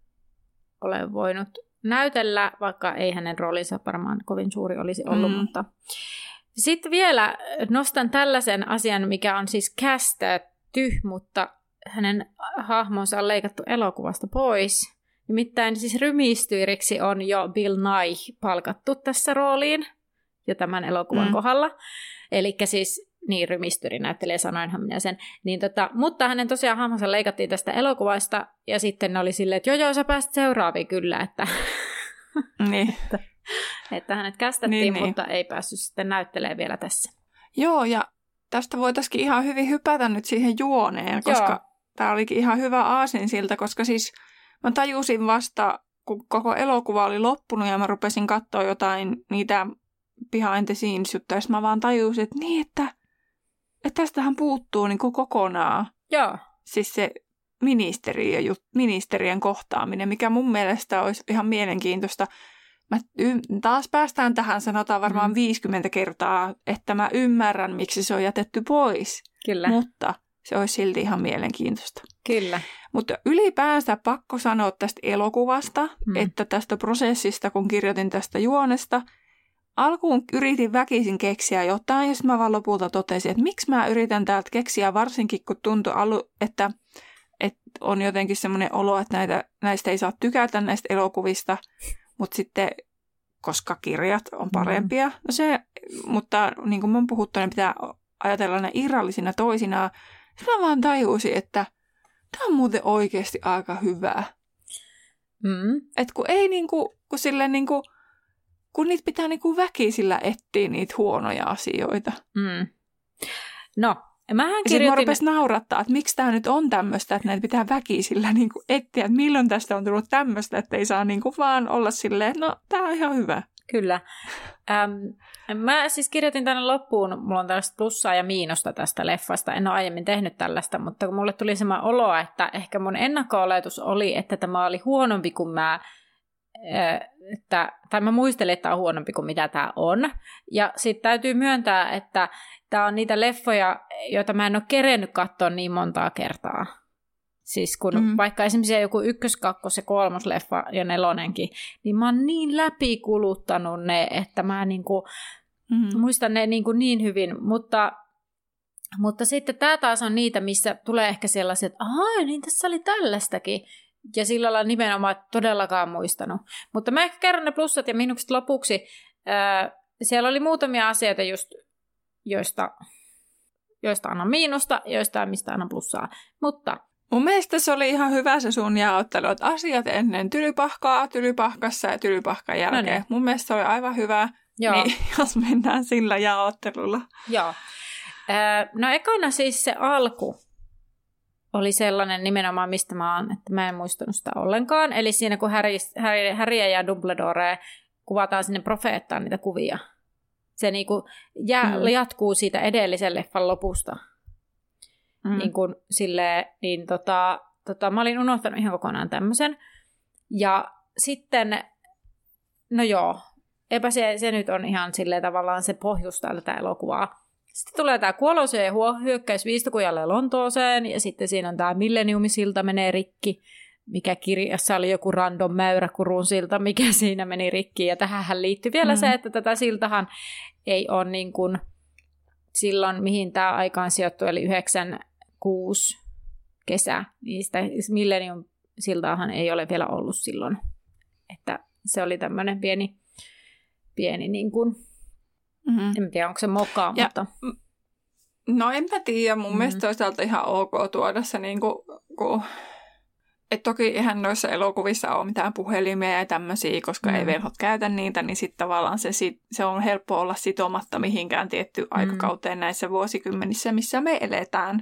ole voinut näytellä, vaikka ei hänen roolinsa varmaan kovin suuri olisi ollut, mm. mutta sitten vielä nostan tällaisen asian, mikä on siis kästetty, mutta hänen hahmonsa on leikattu elokuvasta pois. Nimittäin siis rymistyyriksi on jo Bill Nighy palkattu tässä rooliin jo tämän elokuvan mm. kohdalla. Eli siis niin rymistyri näyttelee, sanoinhan minä sen. Niin tota, mutta hänen tosiaan hahmonsa leikattiin tästä elokuvasta ja sitten ne oli silleen, että joo joo, sä pääst seuraaviin kyllä, että, niin. että, että hänet kästettiin, niin, mutta niin. ei päässyt sitten näyttelemään vielä tässä. Joo, ja tästä voitaisiin ihan hyvin hypätä nyt siihen juoneen, koska joo. Tämä olikin ihan hyvä aasinsilta, koska siis mä tajusin vasta, kun koko elokuva oli loppunut ja mä rupesin katsoa jotain niitä behind the scenes juttuja, ja mä vaan tajusin, että niin, että, että tästähän puuttuu niin kuin kokonaan. Joo. Siis se ministerien, ministerien kohtaaminen, mikä mun mielestä olisi ihan mielenkiintoista. Mä y- taas päästään tähän, sanotaan varmaan mm. viisikymmentä kertaa, että mä ymmärrän, miksi se on jätetty pois. Kyllä. Mutta se olisi silti ihan mielenkiintoista. Kyllä. Mutta ylipäänsä pakko sanoa tästä elokuvasta, mm. että tästä prosessista, kun kirjoitin tästä juonesta, alkuun yritin väkisin keksiä jotain, ja sitten mä vaan lopulta totesin, että miksi mä yritän täältä keksiä, varsinkin kun tuntui, alu, että, että on jotenkin semmoinen olo, että näitä, näistä ei saa tykätä näistä elokuvista, mutta sitten, koska kirjat on parempia, no se, mutta niin kuin mä oon puhuttu, niin pitää ajatella ne irrallisina toisinaan. Sitten mä vaan tajusin, että tämä on muuten oikeasti aika hyvää. Mm. Että kun ei niinku, kun silleen niinku, kun niitä pitää niinku väkisillä etsiä niitä huonoja asioita. Mm. No, mähän kirjoitin... kirjoitin... Sitten mä rupes naurattaa, että miksi tämä nyt on tämmöistä, että näitä pitää väkisillä niinku etsiä, että milloin tästä on tullut tämmöistä, että ei saa niinku vaan olla silleen, no tämä on ihan hyvä. Kyllä. Ähm, mä siis kirjoitin tänne loppuun, mulla on tällaista plussaa ja miinusta tästä leffasta, en ole aiemmin tehnyt tällaista, mutta kun mulle tuli semmoinen olo, että ehkä mun ennakko-oletus oli, että tämä oli huonompi kuin mä, että, tai mä muistelin, että tämä on huonompi kuin mitä tämä on. Ja sitten täytyy myöntää, että tämä on niitä leffoja, joita mä en ole kerennyt katsoa niin montaa kertaa. Siis kun mm-hmm. vaikka esimerkiksi joku ykkös-, kakkos- ja kolmosleffa ja nelonenkin, niin mä oon niin läpikuluttanut ne, että mä niinku mm-hmm. muistan ne niinku niin hyvin. Mutta, mutta sitten tää taas on niitä, missä tulee ehkä sellaiset, että ahaa, niin tässä oli tällaistakin. Ja sillä lailla nimenomaan todellakaan muistanut. Mutta mä ehkä kerron ne plussat ja miinukset lopuksi. Öö, siellä oli muutamia asioita just, joista, joista annan miinusta, joista mistä annan plussaa. Mutta... Mun mielestä se oli ihan hyvä se sun jaottelu, että asiat ennen tylypahkaa, tylypahkassa ja tylypahkan jälkeen. No niin. Mun mielestä se oli aivan hyvä, Joo. Niin jos mennään sillä jaottelulla. Joo. No ekana siis se alku oli sellainen nimenomaan, mistä mä oon, että mä en muistanut sitä ollenkaan. Eli siinä kun Harry, Harry, Harryä ja Dumbledore kuvataan sinne profeettaan niitä kuvia. Se niinku jää, mm. jatkuu siitä edellisen leffan lopusta. Mm. Niin, kun, silleen, niin tota, tota, mä olin unohtanut ihan kokonaan tämmöisen. Ja sitten, no joo, eipä se, se nyt on ihan silleen tavallaan se pohjustaa tätä elokuvaa. Sitten tulee tämä kuoloseen ja hyökkäys Viistokujalle Lontooseen, ja sitten siinä on tämä Millenniumisilta menee rikki, mikä kirjassa oli joku random mäyräkurun silta, mikä siinä meni rikki. Ja tähän liittyy vielä mm. se, että tätä siltahan ei ole niin kuin silloin, mihin tämä aikaan sijoittui, eli yhdeksänkymmentäkuusi kesä. Niistä Millennium-siltaahan ei ole vielä ollut silloin. Että se oli tämmöinen pieni, pieni niin kuin, mm-hmm. en tiedä, onko se mokaa, ja, mutta... No enpä tiedä, mun mm-hmm. mielestä toisaalta ihan ok tuoda se niin kuin, kun... Että toki eihän noissa elokuvissa ole mitään puhelimia ja tämmöisiä, koska mm. ei velhot käytä niitä, niin sitten tavallaan se, se on helppo olla sitomatta mihinkään tiettyyn mm. aikakauteen näissä vuosikymmenissä, missä me eletään.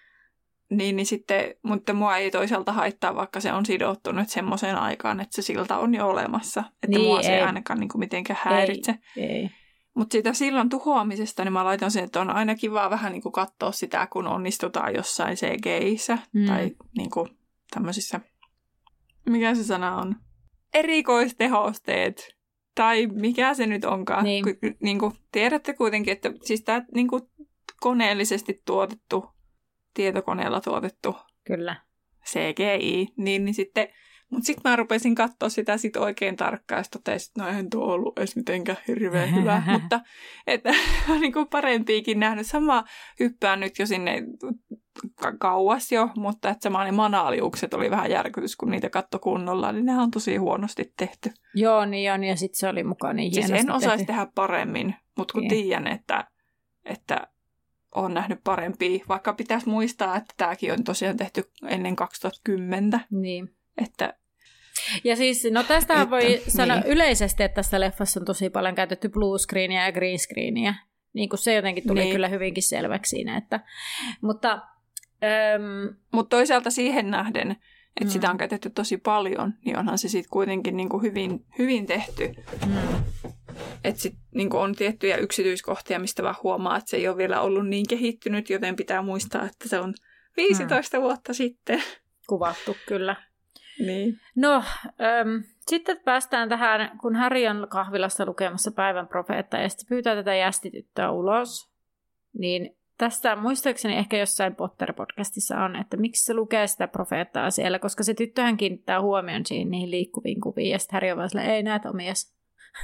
Niin, niin sitten, mutta mua ei toisaalta haittaa, vaikka se on sidottu nyt semmoiseen aikaan, että se silta on jo olemassa. Että niin, mua se ei ainakaan niin kuin mitenkään häiritse. Ei, ei. Mutta siitä sillan tuhoamisesta, niin mä laitan sen, että on aina kiva vähän niin kuin katsoa sitä, kun onnistutaan jossain C G I-ssä mm. tai niin kuin tämmöisissä, mikä se sana on? Erikoistehosteet. Tai mikä se nyt onkaan. Niin. Ku, niin kuin, tiedätte kuitenkin, että siis tämä niin kuin koneellisesti tuotettu, tietokoneella tuotettu Kyllä. C G I, niin, niin sitten, mutta sitten mä rupesin katsoa sitä sit oikein tarkkaan, ja totesin, että no eihän tuo ollut edes mitenkään hirveän hyvä, mutta että on niin kuin parempiakin nähnyt. Sama hyppää nyt jo sinne kauas jo, mutta että sama ne manaaliukset oli vähän järkytys, kun niitä katto kunnolla, niin ne on tosi huonosti tehty. Joo, niin on, ja sitten se oli mukaan niin hienosti siis en osaisi tehty. tehdä paremmin, mutta kun niin. tiedän, että, että olen nähnyt parempia, vaikka pitäisi muistaa, että tämäkin on tosiaan tehty ennen kaksituhattakymmenen. Niin. Että, ja siis, no tästähän että, voi sanoa niin. yleisesti, että tässä leffassa on tosi paljon käytetty blue screenia ja green screenia. Niin kuin se jotenkin tuli niin. kyllä hyvinkin selväksi siinä. Että, mutta Öm... Mutta toisaalta siihen nähden, että mm. sitä on käytetty tosi paljon, niin onhan se sitten kuitenkin niinku hyvin, hyvin tehty. Mm. Että sitten niinku on tiettyjä yksityiskohtia, mistä vaan huomaa, että se ei ole vielä ollut niin kehittynyt, joten pitää muistaa, että se on viisitoista mm. vuotta sitten. Kuvattu, kyllä. Niin. No, äm, sitten päästään tähän, kun Harry on kahvilassa lukemassa päivän profeetta ja sitten pyytää tätä jästityttöä ulos, niin tästä muistaakseni ehkä jossain Potter-podcastissa on, että miksi se lukee sitä profeettaa siellä, koska se tyttöhän kiinnittää huomion siihen niihin liikkuviin kuviin, ja sitten Harry on vaan silleen, ei näet omias.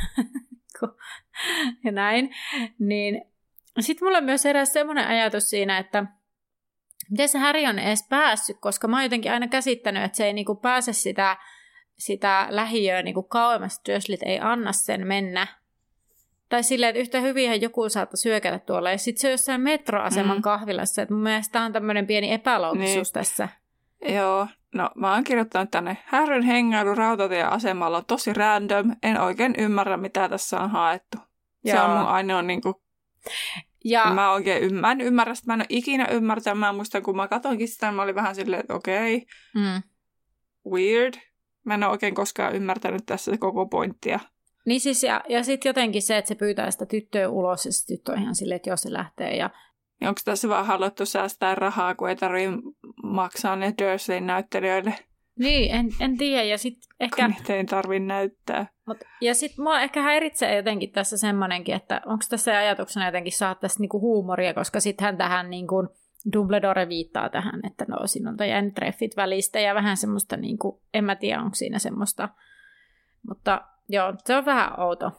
ja näin. Niin. Sitten mulla on myös eräs semmoinen ajatus siinä, että miten se Harry on edes päässyt, koska mä oon jotenkin aina käsittänyt, että se ei niinku pääse sitä, sitä lähiöä niinku kauemmas, Dursleyt ei anna sen mennä. Tai silleen, että yhtä hyvinhän joku saattaa syökätä tuolla. Ja sitten se on jossain metroaseman mm. kahvilassa. Että mun mielestä tämä on tämmöinen pieni epäloogisuus niin. tässä. Joo. No mä oon kirjoittanut tänne. Harryn hengailu rautatieasemalla on tosi random. En oikein ymmärrä, mitä tässä on haettu. Joo. Se on mun ainoa niinku... Ja... Mä, oikein y- mä en ymmärrä sitä. Mä en ole ikinä ymmärtänyt. Mä muistan, kun mä katsoinkin sitä, mä olin vähän silleen, että okei. Okay, mm. Weird. Mä en ole oikein koskaan ymmärtänyt tässä koko pointtia. Niin siis, ja, ja sitten jotenkin se, että se pyytää sitä tyttöä ulos, ja se tyttö on ihan silleen, että jos se lähtee. Ja... Ja onko tässä vaan haluttu säästää rahaa, kun ei tarvitse maksaa ne Dursleyn näyttelijöille? Niin, en, en tiedä. Ja sit ehkä... Kun niitä ei tarvitse näyttää. Mut, ja sitten mua ehkä häiritsee jotenkin tässä semmoinenkin, että onko tässä ajatuksena jotenkin saada tästä niinku huumoria, koska sittenhän tähän niinku Dumbledore viittaa tähän, että no sinulta jäi treffit välistä, ja vähän semmoista, niinku, en mä tiedä, onko siinä semmoista, mutta... Joo, se on vähän outo.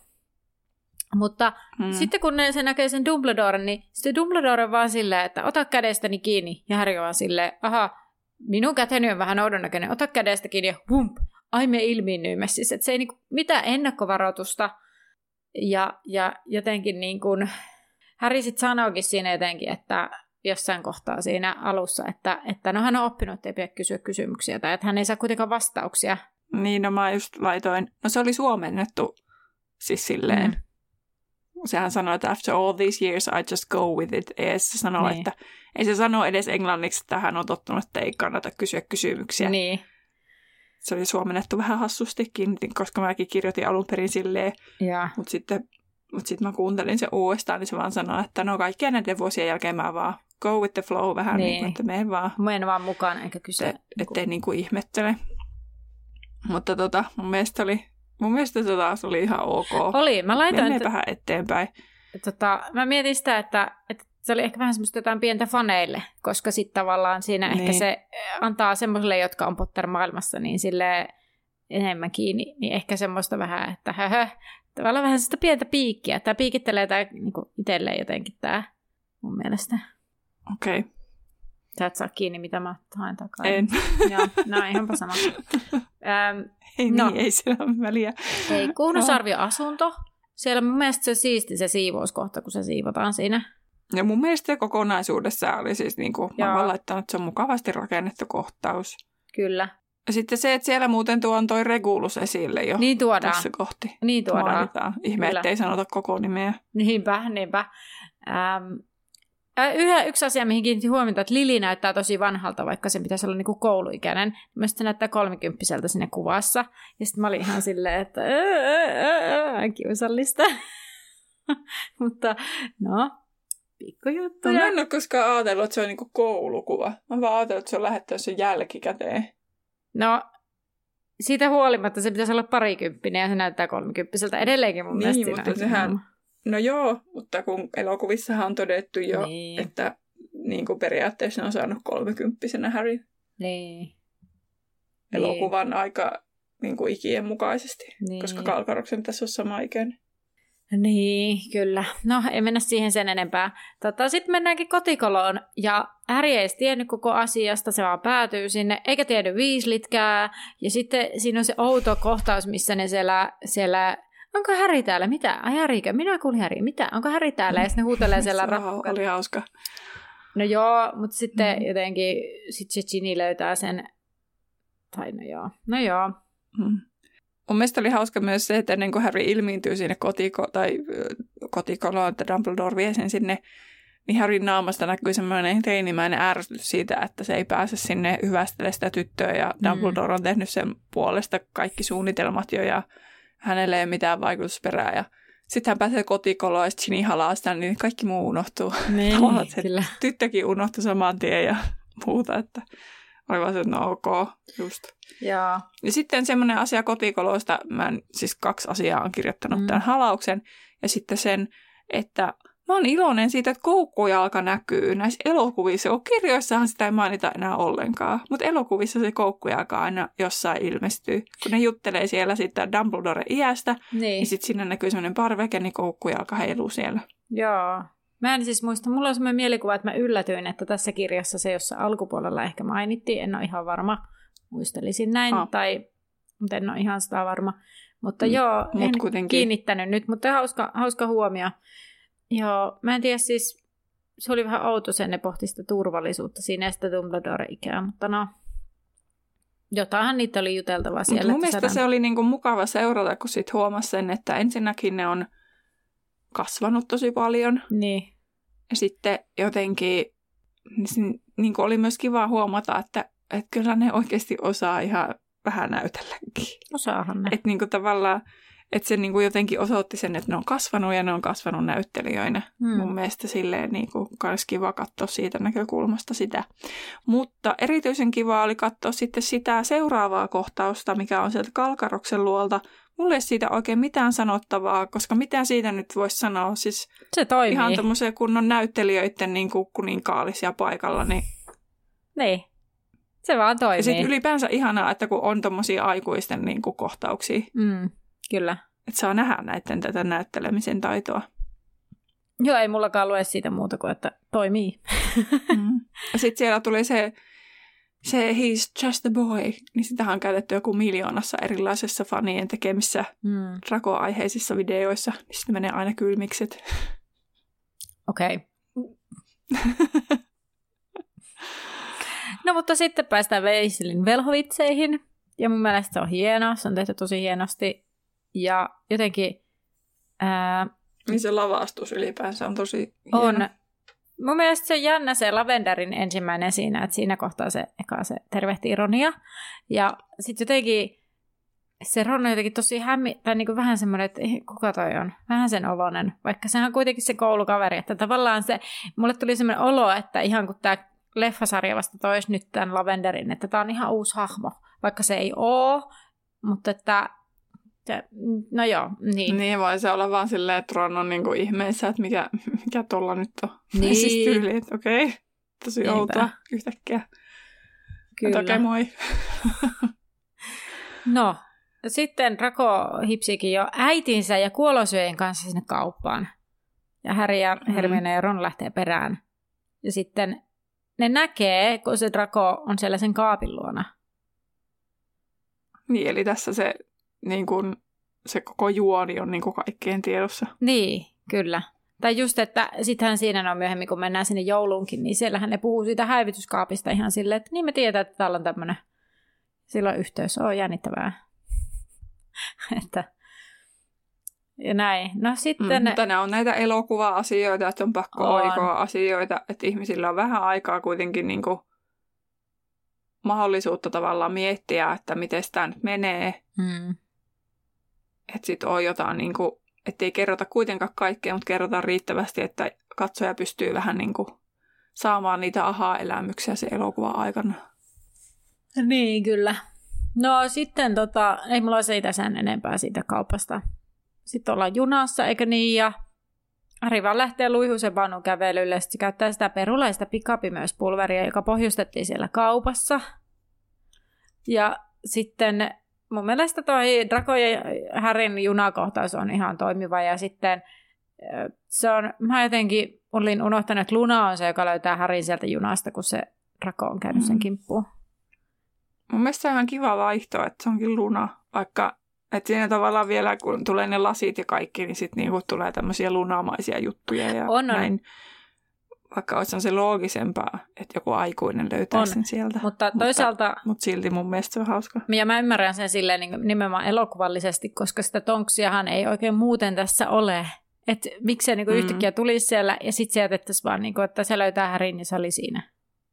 Mutta hmm. sitten kun ne, se näkee sen Dumbledoren, niin sitten Dumbledore on vaan silleen, että ota kädestäni kiinni. Ja Harry on vaan silleen, aha, minun käteni on vähän oudon näköinen, ota kädestä kiinni ja hump, ai me ilmiinnyimme. Siis, että se ei niinku mitään ennakkovaroitusta. Ja, ja jotenkin niin kuin, Harry sitten sanoikin siinä jotenkin, että jossain kohtaa siinä alussa, että, että no hän on oppinut, että ei pidä kysyä kysymyksiä, tai että hän ei saa kuitenkaan vastauksia. Niin, no mä just laitoin, no se oli suomennettu siis silleen. Mm. Sehän sanoi, että after all these years I just go with it. Ei se sano, niin. että ei se sano edes englanniksi, että hän on tottunut, että ei kannata kysyä kysymyksiä. Niin. Se oli suomennettu vähän hassustikin, koska mäkin kirjoitin alun perin silleen. Mutta sitten, mut sitten mä kuuntelin sen uudestaan, niin se vaan sanoi, että no kaikkien näiden vuosien jälkeen mä vaan go with the flow vähän, niin. Niin kuin, että mene vaan. Mene vaan mukaan, eikä kyse. Et, ettei niin kuin ihmettele. Mutta tota, mun mielestä oli, mun mielestä se taas oli ihan ok. Oli, mä laitoin. Menee vähän eteenpäin. Tota, mä mietin sitä, että, että se oli ehkä vähän semmoista jotain pientä faneille, koska sitten tavallaan siinä niin. ehkä se antaa semmoiselle, jotka on Potter-maailmassa, niin sille enemmän kiinni, niin ehkä semmoista vähän, että höhö, tavallaan vähän sitä pientä piikkiä. Tämä piikittelee tämä niin itselleen jotenkin tämä mun mielestä. Okei. Okay. Sä et saa kiinni, mitä mä haen takaa. En. Joo, no ihanpa sama. Ähm, ei no, niin, ei siellä ole väliä. Ei, Kuhnusarvio-asunto. Siellä mun mielestä se siisti se siivouskohta, kun se siivotaan siinä. Ja mun mielestä kokonaisuudessa oli siis, niin kuin, mä olen laittanut, että se on mukavasti rakennettu kohtaus. Kyllä. Ja sitten se, että siellä muuten tuon toi Regulus esille jo niin tuodaan. tässä kohti. Niin tuodaan. Mainitaan. Ihme, ettei sanota koko nimeä. Niinpä, niinpä. Ähm, Yhä, yksi asia, mihin kiinnitin huomiota, että Lili näyttää tosi vanhalta, vaikka se pitäisi olla niinku kouluikäinen. Mielestäni se näyttää kolmikymppiseltä sinne kuvassa. Ja sitten mä olin ihan silleen, että kiusallista. Mutta no, pikkujuttu. No, mä en ole koskaan ajatellut, että se on niinku koulukuva. Mä vaan ajatellut, että se on lähettänyt sen jälkikäteen. No, siitä huolimatta se pitäisi olla parikymppinen ja se näyttää kolmikymppiseltä edelleenkin mun niin, mielestä. Mutta sehän... No joo, mutta kun elokuvissahan on todettu jo, niin. että niin kuin periaatteessa on saanut kolmekymppisenä Harry. Niin. Elokuvan niin. aika niin kuin ikien mukaisesti, niin. koska Kalkaroksen tässä on sama ikäinen. Niin, kyllä. No, ei mennä siihen sen enempää. Tota, sitten mennäänkin kotikoloon, ja Harry ei edes tiennyt koko asiasta, se vaan päätyy sinne, eikä tiedä Weasleyitkään. Ja sitten siinä on se outo kohtaus, missä ne siellä... siellä onko Harry täällä? Mitä? Ai Harrykö? Minä kuulin Harry. Mitä? Onko Harry täällä? Ja sitten ne huutelee siellä rappukalla. Oli hauska. No joo, mutta sitten mm. jotenkin sit se Ginny löytää sen. Tai no joo. No joo. Mm. Mun mielestä oli hauska myös se, että ennen kuin Harry ilmiintyy sinne kotiko- tai kotikoloon, että Dumbledore vie sen sinne, niin Harryn naamasta näkyy semmoinen teinimäinen ärsytys siitä, että se ei pääse sinne hyvästele sitä tyttöä. Ja Dumbledore on tehnyt sen puolesta kaikki suunnitelmat jo ja hänelle ei ole mitään vaikutusperää. Ja sitten hän pääsee kotikoloon ja sitten Ginny halaa sitä, niin kaikki muu unohtuu. Niin, kyllä. Tyttökin unohtui saman tien ja muuta, että oli vaan se, että no ok, just. Jaa. Ja sitten semmoinen asia kotikoloista, mä en, siis kaksi asiaa on kirjoittanut mm. tämän halauksen, ja sitten sen, että mä oon iloinen siitä, että koukkujalka näkyy näissä elokuvissa. Kun kirjoissahan sitä ei mainita enää ollenkaan, mutta elokuvissa se koukkujalka aina jossain ilmestyy. Kun ne juttelee siellä sitten Dumbledore iästä, niin, niin sitten sinne näkyy semmoinen parveke, niin koukkujalka heiluu siellä. Joo. Mä en siis muista, mulla on semmoinen mielikuva, että mä yllätyin, että tässä kirjassa se, jossa alkupuolella ehkä mainittiin, en ole ihan varma, muistelisin näin, ah. tai mutta en ole ihan sitä varma. Mutta mm, joo, mut en kuitenkin kiinnittänyt nyt, mutta hauska, hauska huomio. Joo, mä en tiedä siis, se oli vähän outo sen, ne pohti sitä turvallisuutta siinä ja sitä Dumbledore-ikää, mutta no, jotainhan niitä oli juteltavaa siellä. Mutta mun mielestä sadan... se oli niinku mukava seurata, kun sit huomasi sen, että ensinnäkin ne on kasvanut tosi paljon. Niin. Ja sitten jotenkin niin, niin oli myös kiva huomata, että, että kyllä ne oikeasti osaa ihan vähän näytelläkin. Osaahan ne. Että niin tavallaan, että se niin jotenkin osoitti sen, että ne on kasvanut ja ne on kasvanut näyttelijöinä. Hmm. Mun mielestä silleen niin olisi kiva katsoa siitä näkökulmasta sitä. Mutta erityisen kiva oli katsoa sitten sitä seuraavaa kohtausta, mikä on sieltä Kalkaroksen luolta. Mulla ei siitä oikein mitään sanottavaa, koska mitään siitä nyt voisi sanoa. Siis se toimii. Ihan tämmöisiä kunnon näyttelijöiden niin kuninkaalisia paikalla. Niin, niin. Se vaan toimii. Ja sitten ylipäänsä ihanaa, että kun on tommosia aikuisten niin kuin kohtauksia. Mm, kyllä. Että saa nähdä näiden tätä näyttelemisen taitoa. Joo, ei mullakaan lue siitä muuta kuin, että toimii. Mm. Ja sitten siellä tuli se, se He's Just a Boy, niin sitähän on käytetty joku miljoonassa erilaisessa fanien tekemissä mm. Draco-aiheisissa videoissa. Niin sitten menee aina kylmikset. Okei. Okay. No mutta sitten päästään Weasleyn velhovitseihin. Ja mun mielestä se on hieno. Se on tehty tosi hienosti. Ja jotenkin... Ää, niin se lavastus ylipäänsä on tosi hieno. On. Mun mielestä se on jännä se Lavenderin ensimmäinen siinä, että siinä kohtaa se eka se tervehti ironia. Ja sitten jotenkin se Ron on jotenkin tosi hämmi, tai niin kuin vähän semmoinen, että kuka toi on, vähän sen oloinen, vaikka sehän on kuitenkin se koulukaveri, että tavallaan se, mulle tuli semmoinen olo, että ihan kun tämä leffasarja vasta toisi nyt tämän Lavenderin, että tämä on ihan uusi hahmo, vaikka se ei ole, mutta että, no joo, niin. Niin, voi se olla vaan silleen, että Ron on niinku ihmeessä, että mikä, mikä tuolla nyt on. Niin. Siis tyyli, että okei, okay, tosi outoa yhtäkkiä. Kyllä. Okei, okay, moi. No, sitten Draco hipsikin jo äitinsä ja kuolosyöjen kanssa sinne kauppaan. Ja Harry ja Hermione ja Ron lähtee perään. Ja sitten ne näkee, kun se Draco on siellä sen kaapin luona. Niin, eli tässä se, niin kun, se koko juoni on niin kuin kaikkien tiedossa. Niin, kyllä. Tai just, että sittenhän siinä on myöhemmin, kun mennään sinne jouluunkin, niin siellähän ne puhuu siitä häivytyskaapista ihan silleen, että niin me tiedetään, että täällä on tämmöinen. Silloin yhteys on jännittävää. että, ja näin. No sitten... Mm, mutta nämä on näitä elokuva-asioita, että on pakko on. oikoa asioita, että ihmisillä on vähän aikaa kuitenkin niin kuin mahdollisuutta tavallaan miettiä, että miten tämä nyt menee. Mm. Että sitten on jotain, niin kuin, ettei kerrota kuitenkaan kaikkea, mutta kerrotaan riittävästi, että katsoja pystyy vähän niin kuin saamaan niitä aha-elämyksiä sen elokuvan aikana. Niin, kyllä. No sitten tota, ei mulla ole siitä sen enempää siitä kaupasta. Sitten ollaan junassa, eikö niin? Ja Harry vaan lähtee Luihusen vaunun kävelylle. Sitten se käyttää sitä perulaista pikapimöyspulveria, joka pohjustettiin siellä kaupassa. Ja sitten mun mielestä toi Draco ja Harryn junakohtaus on ihan toimiva. Ja sitten se on, mä jotenkin olin unohtanut, että Luna on se, joka löytää Harryn sieltä junasta, kun se Draco on käynyt sen kimppuun. Mun mielestä se on ihan kiva vaihto, että se onkin Luna, vaikka että siinä tavallaan vielä, kun tulee ne lasit ja kaikki, niin sitten niinku tulee tämmöisiä lunamaisia juttuja ja on, näin. On. Vaikka olisi se loogisempaa, että joku aikuinen löytää sen sieltä. Mutta toisaalta... Mutta, mutta silti mun mielestä se on hauska. Ja mä ymmärrän sen silleen niin nimenomaan elokuvallisesti, koska sitä tonksiahan ei oikein muuten tässä ole. Että miksi se niin mm. yhtäkkiä tulisi siellä ja sitten se jätettäisiin vaan, niin kuin, että se löytää Harryn ja se oli siinä.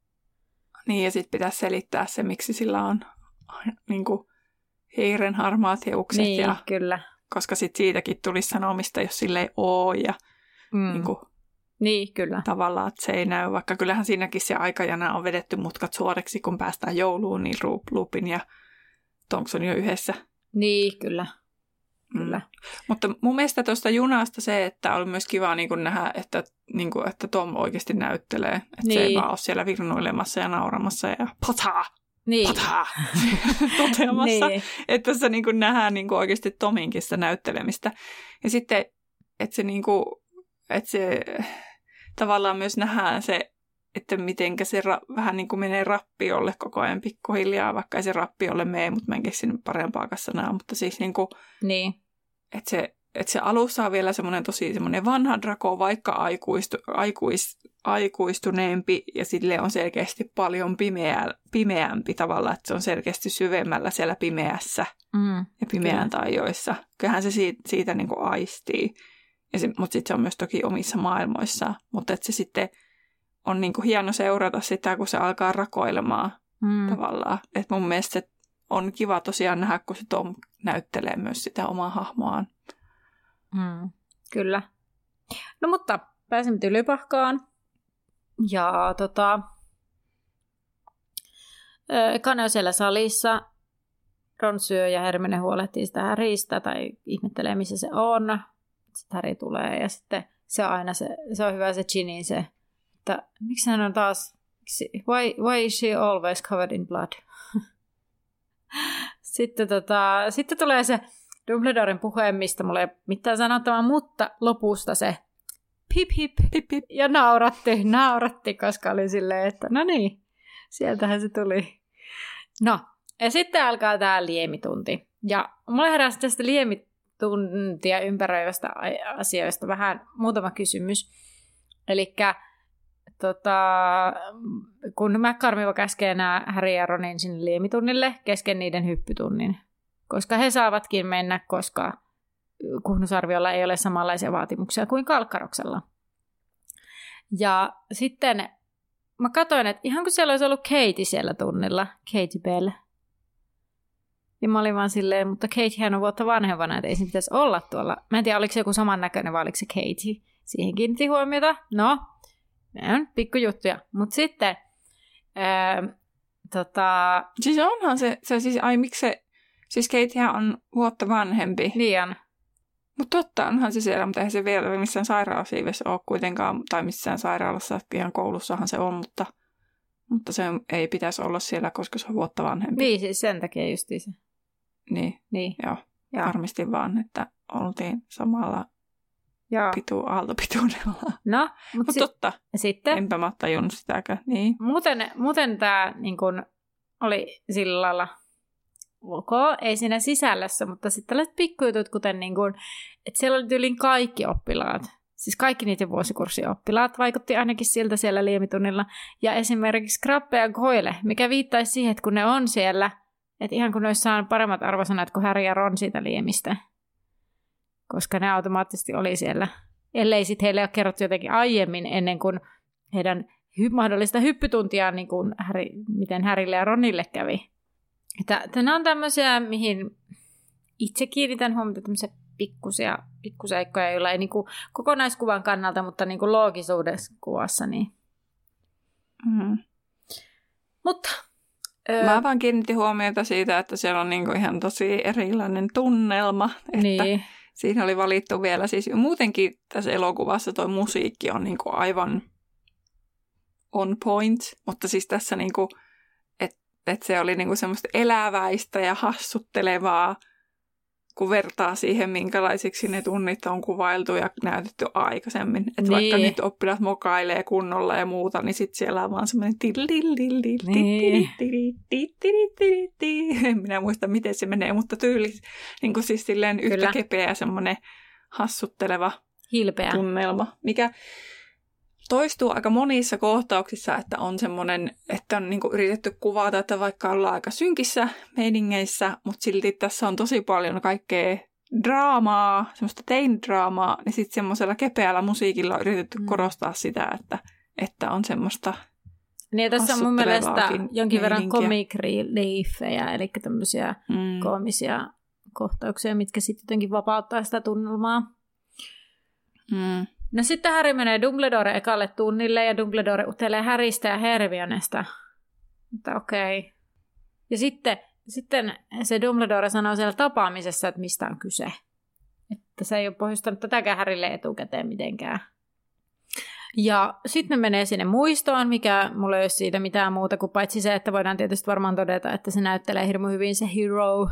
Niin, ja sitten pitäisi selittää se, miksi sillä on niin kuin hiiren harmaat hiukset. Niin, ja, kyllä. Koska sitten siitäkin tulisi sanomista, jos sillä ei ole. Ja, mm. niin, kuin, niin, kyllä. Tavallaan, että se ei näy. Vaikka kyllähän siinäkin se aikajana on vedetty mutkat suoreksi, kun päästään jouluun, niin Lupin ja Tonks on jo yhdessä. Niin, kyllä. Kyllä. Mm. Mutta mun mielestä tuosta junasta se, että on myös kiva niin kuin nähdä, että, niin kuin, että Tom oikeasti näyttelee. Että niin. Se ei vaan ole siellä virnuilemassa ja nauramassa ja pataa, niin. pataa toteamassa. Niin. Että tässä niin kuin nähdään niin kuin oikeasti Tominkin sitä näyttelemistä. Ja sitten, että se, niin kuin, että se tavallaan myös nähdään se, että mitenkä se ra- vähän niin kuin menee rappiolle koko ajan pikkuhiljaa, vaikka ei se rappiolle mene, mutta mä en keksinyt parempaa sanaa, mutta siis niin kuin, niin. että se, että se alussa on vielä semmoinen tosi semmoinen vanha Draco, vaikka aikuistu, aikuis, aikuistuneempi ja sille on selkeästi paljon pimeä, pimeämpi tavalla, että se on selkeästi syvemmällä siellä pimeässä mm, ja pimeän taijoissa. Kyllähän se siitä, siitä niin kuin aistii, ja se, mutta sitten se on myös toki omissa maailmoissaan, mutta että se sitten on niin kuin hieno seurata sitä, kun se alkaa rakoilemaan mm. tavallaan. Että mun mielestä se on kiva tosiaan nähdä, kun se Tom näyttelee myös sitä omaa hahmoaan. Mm. Kyllä. No mutta pääsimme Tylypahkaan. Ja tota... Ekana on siellä salissa. Ron syö ja Hermione huolehtii sitä Harrystä tai ihmettelee, missä se on. Sitten Harry tulee ja sitten se on aina se, se on hyvä se Ginny se, että miksi hän on taas, why, why is she always covered in blood? sitten, tota, sitten tulee se Dumbledoren puhe, mistä mulla ei ole mitään sanottavaa, mutta lopusta se pip hip, pip, pip. Ja nauratti, nauratti, koska oli silleen, että no niin, sieltähän se tuli. No, ja sitten alkaa tämä liemitunti. Ja mulla heräsi tästä liemituntia ympäröivästä asioista vähän muutama kysymys. Elikkä tota, kun McCormick käskee nämä Harry ja Ronin sinne liemitunnille kesken niiden hyppytunnin, koska he saavatkin mennä, koska Kuhnusarviolla ei ole samanlaisia vaatimuksia kuin Kalkkaroksella. Ja sitten mä katsoin, että ihan kun siellä olisi ollut Katie siellä tunnilla, Katie Bell, Ja mä olin vaan silleen, mutta Katiehän on vuotta vanhempana, että ei se pitäisi olla tuolla. Mä en tiedä, oliko se joku samannäköinen vai oliko se Katie. Siihen kiinnitti huomiota. No, ne on pikkujuttuja. Mutta sitten, ää, tota... Siis onhan se, se siis, ai miksi se, siis Katiehän on vuotta vanhempi. Niin on. Mutta totta, onhan se siellä, mutta eihän se vielä missään sairaalasiivessä ole kuitenkaan, tai missään sairaalassa, ihan koulussahan se on, mutta, mutta se ei pitäisi olla siellä, koska se on vuotta vanhempi. Niin, siis sen takia justiin se. Niin, niin. joo. Ja. Varmistin vaan, että oltiin samalla pitu, aaltopituudella. No, mutta Mut si- totta, sitten, enpä mä tajunnut sitäkään. Niin. Muuten, muuten tämä niin kun, oli sillä lailla ok, ei siinä sisällössä, mutta sitten tällaiset pikkujutut, kuten niin kun, että siellä oli tyylin kaikki oppilaat. Siis kaikki niiden vuosikurssin oppilaat vaikutti ainakin siltä siellä liemitunnilla. Ja esimerkiksi Krappe ja Goyle, mikä viittaisi siihen, että kun ne on siellä, että ihan kun ne olisi saanut paremmat arvosanat kuin Harry ja Ron siitä liemistä. Koska ne automaattisesti oli siellä. Ellei sitten heille ole kerrottu jotenkin aiemmin ennen kuin heidän hy- mahdollista hyppytuntiaan, niin kuin Harry, miten Harrylle ja Ronille kävi. Että nämä on tämmöisiä, mihin itse kiinnitän huomiota, tämmöisiä pikkusia, pikkuseikkoja, joilla ei niin kuin kokonaiskuvan kannalta, mutta niin kuin loogisuudessa kuvassa. Niin. Mm. Mutta... Mä öö, vaan kiinnitin huomiota siitä, että siellä on niinku ihan tosi erilainen tunnelma. Että niin. Siinä oli valittu vielä, siis muutenkin tässä elokuvassa toi musiikki on niinku aivan on point, mutta siis tässä niinku, että et se oli niinku semmoista eläväistä ja hassuttelevaa, kun vertaa siihen, minkälaisiksi ne tunnit on kuvailtu ja näytetty aikaisemmin. Että niin. Vaikka nyt oppilaat mokailee kunnolla ja muuta, niin sitten siellä on vaan semmoinen en minä muista, miten se menee, mutta tyyli niin kuin siis silleen yhtä Kyllä. kepeä ja semmoinen hassutteleva Hilpeä. tunnelma, mikä toistuu aika monissa kohtauksissa, että on semmoinen, että on niinku yritetty kuvata, että vaikka ollaan aika synkissä meiningeissä, mutta silti tässä on tosi paljon kaikkea draamaa, semmoista teinidraamaa, niin sitten semmoisella kepeällä musiikilla on yritetty mm. korostaa sitä, että, että on semmoista niin tässä on mun mielestä jonkin verran comic reliefejä, eli tämmöisiä mm. koomisia kohtauksia, mitkä sitten jotenkin vapauttaa sitä tunnelmaa. Mm. No sitten Harry menee Dumbledore ekalle tunnille ja Dumbledore utelee Harrystä ja Hermionesta. Mutta okei. Okay. Ja sitten, sitten se Dumbledore sanoo siellä tapaamisessa, että mistä on kyse. Että se ei ole pohjustanut tätäkään Harrylle etukäteen mitenkään. Ja sitten ne menee sinne muistoon, mikä mulla ei ole siitä mitään muuta kuin paitsi se, että voidaan tietysti varmaan todeta, että se näyttelee hirmu hyvin se hero,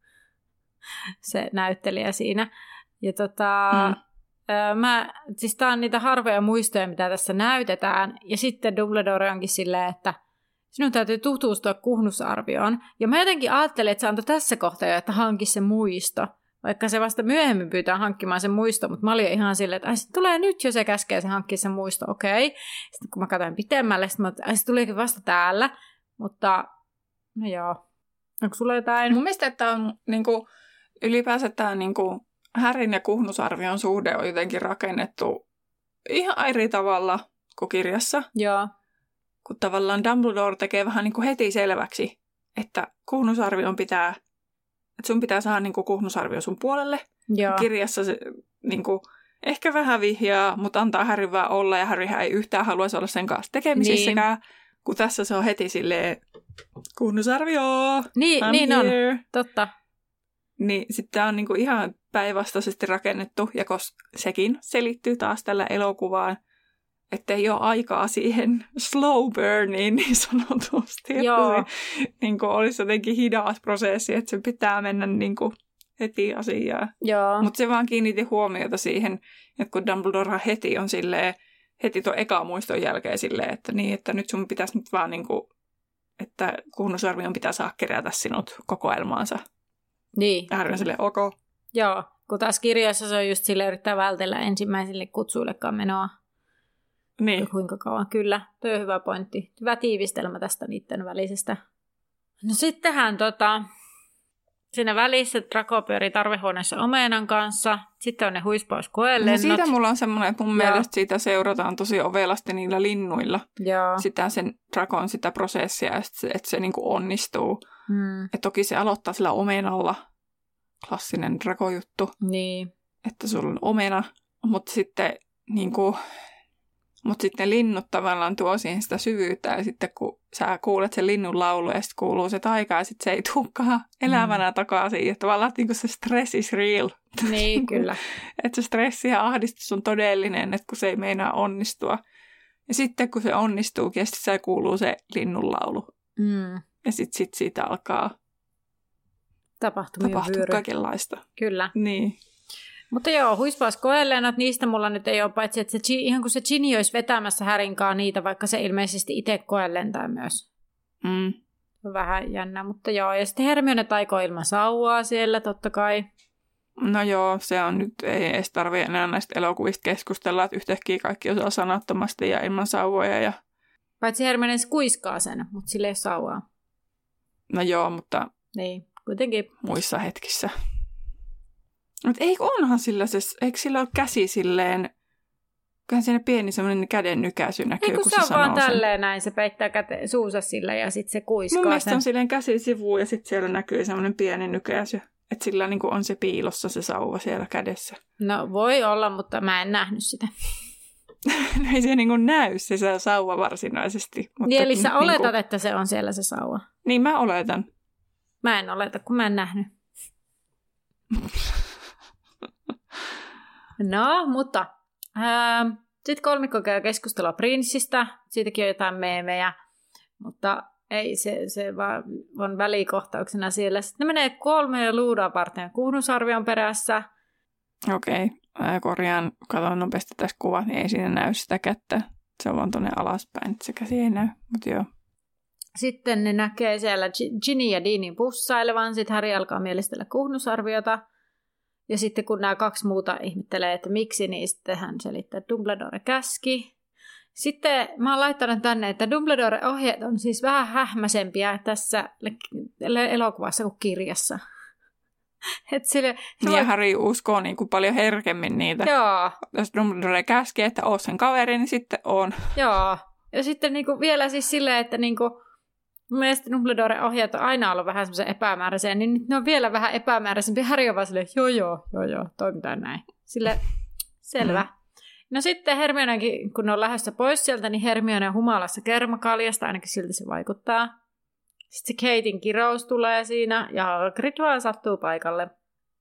se näyttelijä siinä. Ja tota... Mm. Mä, siis tää on niitä harvoja muistoja, mitä tässä näytetään, ja sitten Dumbledore onkin silleen, että sinun täytyy tutustua kuhnusarvioon. Ja mä jotenkin ajattelin, että se antoi tässä kohtaa jo, että hanki se muisto, vaikka se vasta myöhemmin pyytää hankkimaan sen muisto, mutta mä olin ihan silleen, että ai se tulee nyt jo se käskee se hankkia sen muisto, okei. Okay. Sitten kun mä katsoin pitemmälle, sitten mä ai se tuleekin vasta täällä, mutta no joo. Onko sulla jotain? Mun mielestä, että on niinku, ylipäänsä tää niinku Harryn ja kuhnusarvion suhde on jotenkin rakennettu ihan eri tavalla kuin kirjassa. Joo. Kun tavallaan Dumbledore tekee vähän niin kuin heti selväksi, että kuhnusarvion pitää, että sun pitää saada niin kuin kuhnusarvio sun puolelle. Joo. Kirjassa se niin kuin, ehkä vähän vihjaa, mutta antaa Harry vaan olla ja Harryhän ei yhtään haluaisi olla sen kanssa tekemisissäkään. Niin. Kun tässä se on heti silleen, kuhnusarvio, niin, I'm niin here. On, totta. Niin sitten tämä on niinku ihan päinvastaisesti rakennettu, ja koska sekin selittyy taas tällä elokuvaan, että ei ole aikaa siihen slow burniin niin sanotusti. Joo. Että se niinku olisi jotenkin hidas prosessi, että se pitää mennä niinku heti asiaan. Mutta se vaan kiinnitti huomiota siihen, että kun Dumbledore heti on silleen, heti tuon eka muiston jälkeen silleen, että niin, että nyt sun pitäisi nyt vaan niinku, että kunnusarvion pitää saa kerätä sinut kokoelmaansa. Niin. Ja Harry on silleen, ok. Joo, kun taas kirjassa se on just silleen yrittää vältellä ensimmäisille kutsuillekaan menoa. Niin. Ja kuinka kauan, kyllä. Tuo on hyvä pointti. Hyvä tiivistelmä tästä niiden välisestä. No sittenhän tota, Siinä välissä Draco pyörii tarvehuoneessa omenan kanssa. Sitten on ne huispauskoelennot. No siitä mulla on semmoinen, että mun Joo. mielestä siitä seurataan tosi ovelasti niillä linnuilla. Joo. Sitä sen Dracon sitä prosessia, että se, että se niinku onnistuu. Hmm. Et toki se aloittaa sillä omenalla. Klassinen Draco-juttu. Niin. Että sulla on omena, mutta sitten, niinku, mut sitten linnut tavallaan tuo siihen sitä syvyyttä. Ja sitten kun sä kuulet sen linnun laulu ja sitten kuuluu se taika ja sitten se ei tulekaan elävänä mm. takaisin. Että tavallaan niinku se stress is real. Niin, kyllä. Että se stressi ja ahdistus on todellinen, että kun se ei meinaa onnistua. Ja sitten kun se onnistuukin ja sitten se kuuluu se linnun laulu. Mm. Ja sitten sit siitä alkaa tapahtua kaikenlaista. Kyllä. Niin. Mutta joo, huispauskoelennot, niistä mulla nyt ei ole, paitsi että se, ihan kun se Ginny olisi vetämässä Härinkaan niitä, vaikka se ilmeisesti itse koelentää myös. Mm. Vähän jännä, mutta joo. Ja sitten Hermione taikoo ilman sauvaa siellä, totta kai. No joo, se on nyt, ei edes tarvitse enää näistä elokuvista keskustella, että yhtäkkiä kaikki osaa sanattomasti ja ilman sauvoja. Ja... Paitsi Hermione kuiskaa sen, mutta sillä ei ole sauvaa. No joo, mutta niin, kuitenkin. Muissa hetkissä. Mutta eikö onhan sillä se, eikö sillä ole käsi silleen, kyllähän siinä pieni semmoinen käden nykäisy näkyy, kun, kun se, se sanoo vaan sen. tälleen näin, se peittää käte, suusa sillä ja sitten se kuiskaa. Mun mielestä sen. on silleen käsi sivuun ja sitten siellä näkyy semmoinen pieni nykäisy. Että sillä niin kuin on se piilossa se sauva siellä kädessä. No voi olla, mutta mä en nähnyt sitä. No ei se niin kuin näy se sauva varsinaisesti. Mutta niin, eli sä niin oletat, kuin... että se on siellä se sauva. Niin mä oletan. Mä en oleta, kun mä en nähnyt. No, mutta äh, sitten kolmikko käy keskustelua prinssistä. Siitäkin on jotain meemejä, mutta ei, se, se vaan on välikohtauksena siellä. Sitten ne menee kolme ja luudaa varten Kuhnusarvion perässä. Okei, okay. Korjaan, katson nopeasti tässä kuvat, niin ei siinä näy sitä kättä. Se on vaan tuonne alaspäin, että se käsi ei näy, mutta joo. Sitten ne näkee siellä Ginny ja Deanin pussailevan, sitten Harry alkaa mielistellä Kuhnusarviota. Ja sitten kun nämä kaksi muuta ihmettelee, että miksi, niin sitten hän selittää, että Dumbledore käski. Sitten mä oon laittanut tänne, että Dumbledore-ohjeet on siis vähän hähmäisempiä tässä elokuvassa kuin kirjassa. Et sille, ja voi... Harry uskoo niin kuin paljon herkemmin niitä. Joo. Jos Dumbledore käski, että oo sen kaveri, niin sitten on. Joo. Ja sitten niin kuin vielä siis silleen, että niin kuin, mun mielestä Dumbledore-ohjeet on aina ollut vähän semmoisen epämääräisiä, niin nyt ne on vielä vähän epämääräisempiä. Harry on vaan silleen, joo joo, joo joo, toimitaan näin. Sille selvä. Mm. No sitten Hermionekin, kun ne on lähdössä pois sieltä, niin Hermione on humalassa kermakaljasta, ainakin siltä se vaikuttaa. Sitten se Katein kirous tulee siinä, ja Hagrid vaan sattuu paikalle.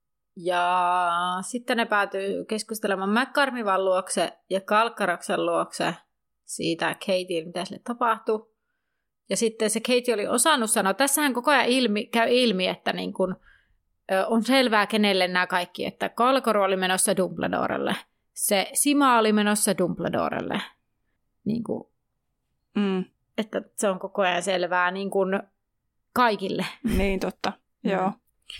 Ja sitten ne päätyy keskustelemaan McCormivan luokse ja Kalkkaraksen luokse siitä Katein, mitä sille tapahtuu. Ja sitten se Kate oli osannut sanoa, tässähän koko ajan ilmi, käy ilmi, että niin kun, ö, on selvää kenelle nämä kaikki, että Kalkoru oli menossa Dumbledorelle. Se Sima oli menossa Dumbledorelle. Niin kuin, mm. että se on koko ajan selvää niin kuin kaikille. Niin, totta. Mm. Joo.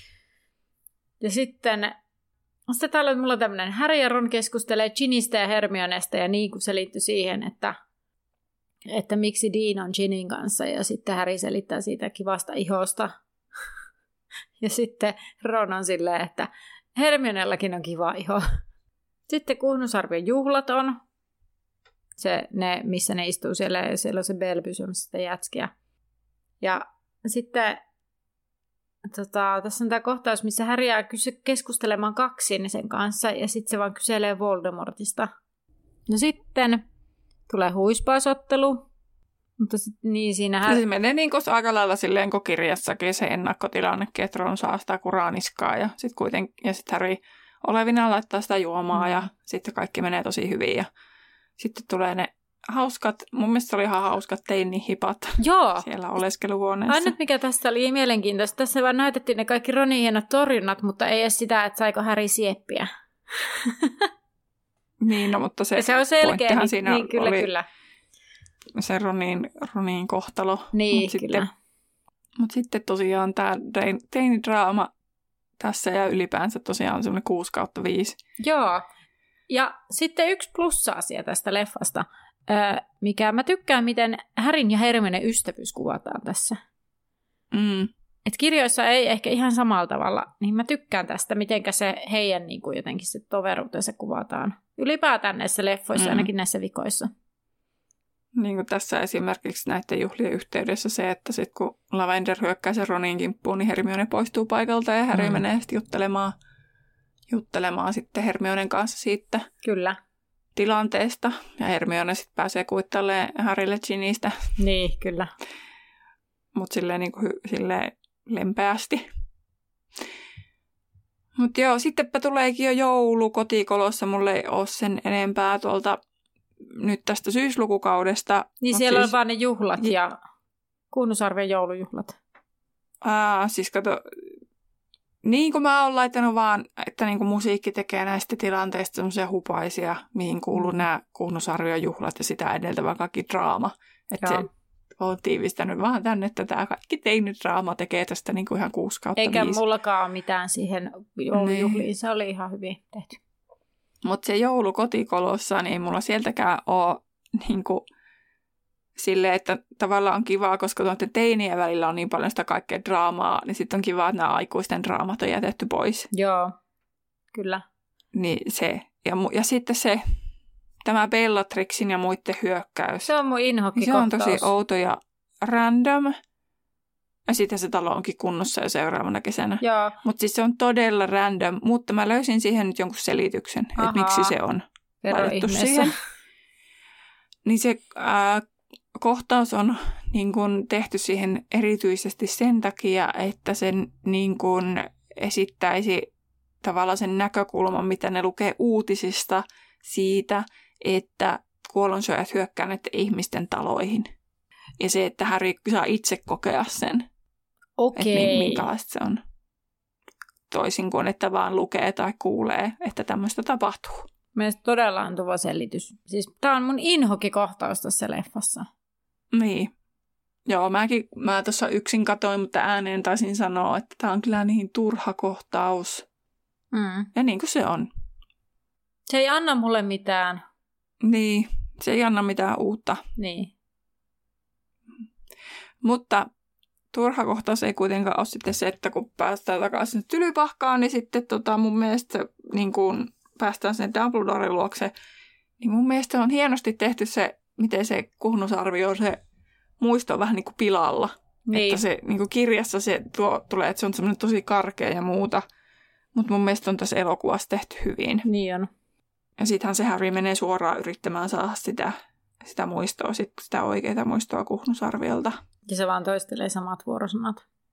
Ja sitten, sitten täällä on mulla tämmöinen Harry ja Ron keskustelee Ginnystä ja Hermionesta, ja niin kuin se liittyy siihen, että, että miksi Dean on Ginnyn kanssa, ja sitten Harry selittää siitä kivasta ihosta. Ja sitten Ron on silleen, että Hermionellakin on kiva iho. Sitten Kuhnusarvion juhlat on. Se, ne, missä ne istuu siellä, ja siellä on se Belle syömässä sitä jätskiä. Ja sitten tota, tässä on tämä kohtaus, missä Harry jää kysy- keskustelemaan kaksin sen kanssa, ja sitten se vaan kyselee Voldemortista. No sitten tulee huispausottelu. Mutta sit, niin siinä Harry... Se menee niin kuin aika lailla silleen kuin kirjassakin se ennakkotilannekin, että Ron saa sitä kuraaniskaa, ja sitten kuitenkin, ja sitten Harry olevinaan laittaa sitä juomaa mm. ja sitten kaikki menee tosi hyvin ja sitten tulee ne hauskat, mun mielestä oli ihan hauskat teinihipat Joo. siellä oleskeluhuoneessa. Ainut mikä tässä oli mielenkiintoista, tässä vaan näytettiin ne kaikki Ronin hienot torjunnat, mutta ei edes sitä, että saiko Harry sieppiä. Niin, no mutta se, se on selkeä, niin, siinä niin kyllä, oli kyllä. Se Ronin, Ronin kohtalo. Niin, mut kyllä. Sitten, mutta sitten tosiaan tämä teinidraama tässä ja ylipäänsä tosiaan semmoinen kuusi kautta viisi. Joo. Ja sitten yksi plussa-asia tästä leffasta, mikä mä tykkään, miten Harryn ja Hermione ystävyys kuvataan tässä. Mm. et kirjoissa ei ehkä ihan samalla tavalla, niin mä tykkään tästä, mitenkä se heidän niin kuin jotenkin se toveruutensa kuvataan. Ylipäätään näissä leffoissa, mm. ainakin näissä vikoissa. Niin kuin tässä esimerkiksi näiden juhlien yhteydessä se, että sit kun Lavender hyökkää sen Ronin kimppuun, niin Hermione poistuu paikalta ja Harry mm. menee sitten juttelemaan, juttelemaan sitten Hermionen kanssa siitä Kyllä. tilanteesta. Ja Hermione sitten pääsee kuittalemaan Harrylle Ginnystä. Niin, kyllä. Mutta silleen, niin kuin, silleen lempeästi. Mutta joo, sittenpä tuleekin jo joulu kotikolossa. Mulla ei ole sen enempää tuolta nyt tästä syyslukukaudesta. Niin Mut siellä siis, on vaan ne juhlat ja Kuhnusarven joulujuhlat. Aa, siis kato, niin kuin mä oon laittanut vaan, että niin kuin musiikki tekee näistä tilanteista semmoisia hupaisia, mihin kuuluu mm. nämä Kuhnusarven juhlat ja sitä edeltävä kaikki draama. Että se on tiivistänyt vaan tänne, että tämä kaikki teinidraama tekee tästä niin kuin ihan kuusi kautta Eikä viisi. mullakaan mitään siihen joulujuhliin, niin. Se oli ihan hyvin tehty. Mutta se joulu kotikolossa, niin ei mulla sieltäkään ole niin kuin, silleen, että tavallaan on kivaa, koska tuonne teinien välillä on niin paljon sitä kaikkea draamaa, niin sitten on kiva, että nämä aikuisten draamat on jätetty pois. Joo, kyllä. Niin se. Ja, ja sitten se, tämä Bellatrixin ja muiden hyökkäys. Se on mun inhokki Se on tosi outo ja random. Ja sitten se talo onkin kunnossa jo seuraavana kesänä. Mutta siis se on todella random, mutta mä löysin siihen nyt jonkun selityksen, että miksi se on laitettu siihen. Niin se äh, kohtaus on niin kun, tehty siihen erityisesti sen takia, että sen niin kun, esittäisi tavallaan sen näkökulman, mitä ne lukee uutisista siitä, että kuollonsyöjät hyökkää näiden ihmisten taloihin. Ja se, että Harry saa itse kokea sen. Okei. Että minkälaista se on. Toisin kuin, että vaan lukee tai kuulee, että tämmöistä tapahtuu. Mielestäni todella antuva selitys. Siis tämä on mun inhokikohtaus tässä leffassa. Niin. Joo, mäkin, mä tuossa yksin katoin, mutta ääneen taisin sanoa, että tämä on kyllä niin turha kohtaus. Mm. Ja niin kuin se on. Se ei anna mulle mitään. Niin, se ei anna mitään uutta. Niin. Mutta turha kohtaus ei kuitenkaan ole sitten se, että kun päästään takaisin Tylypahkaan, niin sitten tota, mun mielestä niin kun päästään sinne Dumbledoren luokse, niin mun mielestä on hienosti tehty se, miten se Kuhnusarvio, se muisto on vähän niin kuin pilalla. Niin. Että se niin kuin kirjassa se tuo, tulee, että se on semmoinen tosi karkea ja muuta, mutta mun mielestä on tässä elokuvassa tehty hyvin. Niin on. Ja sittenhän se Harry menee suoraan yrittämään saada sitä, sitä muistoa, sit sitä oikeaa muistoa Kuhnusarviolta. Ja se vaan toistelee samat vuorosanat.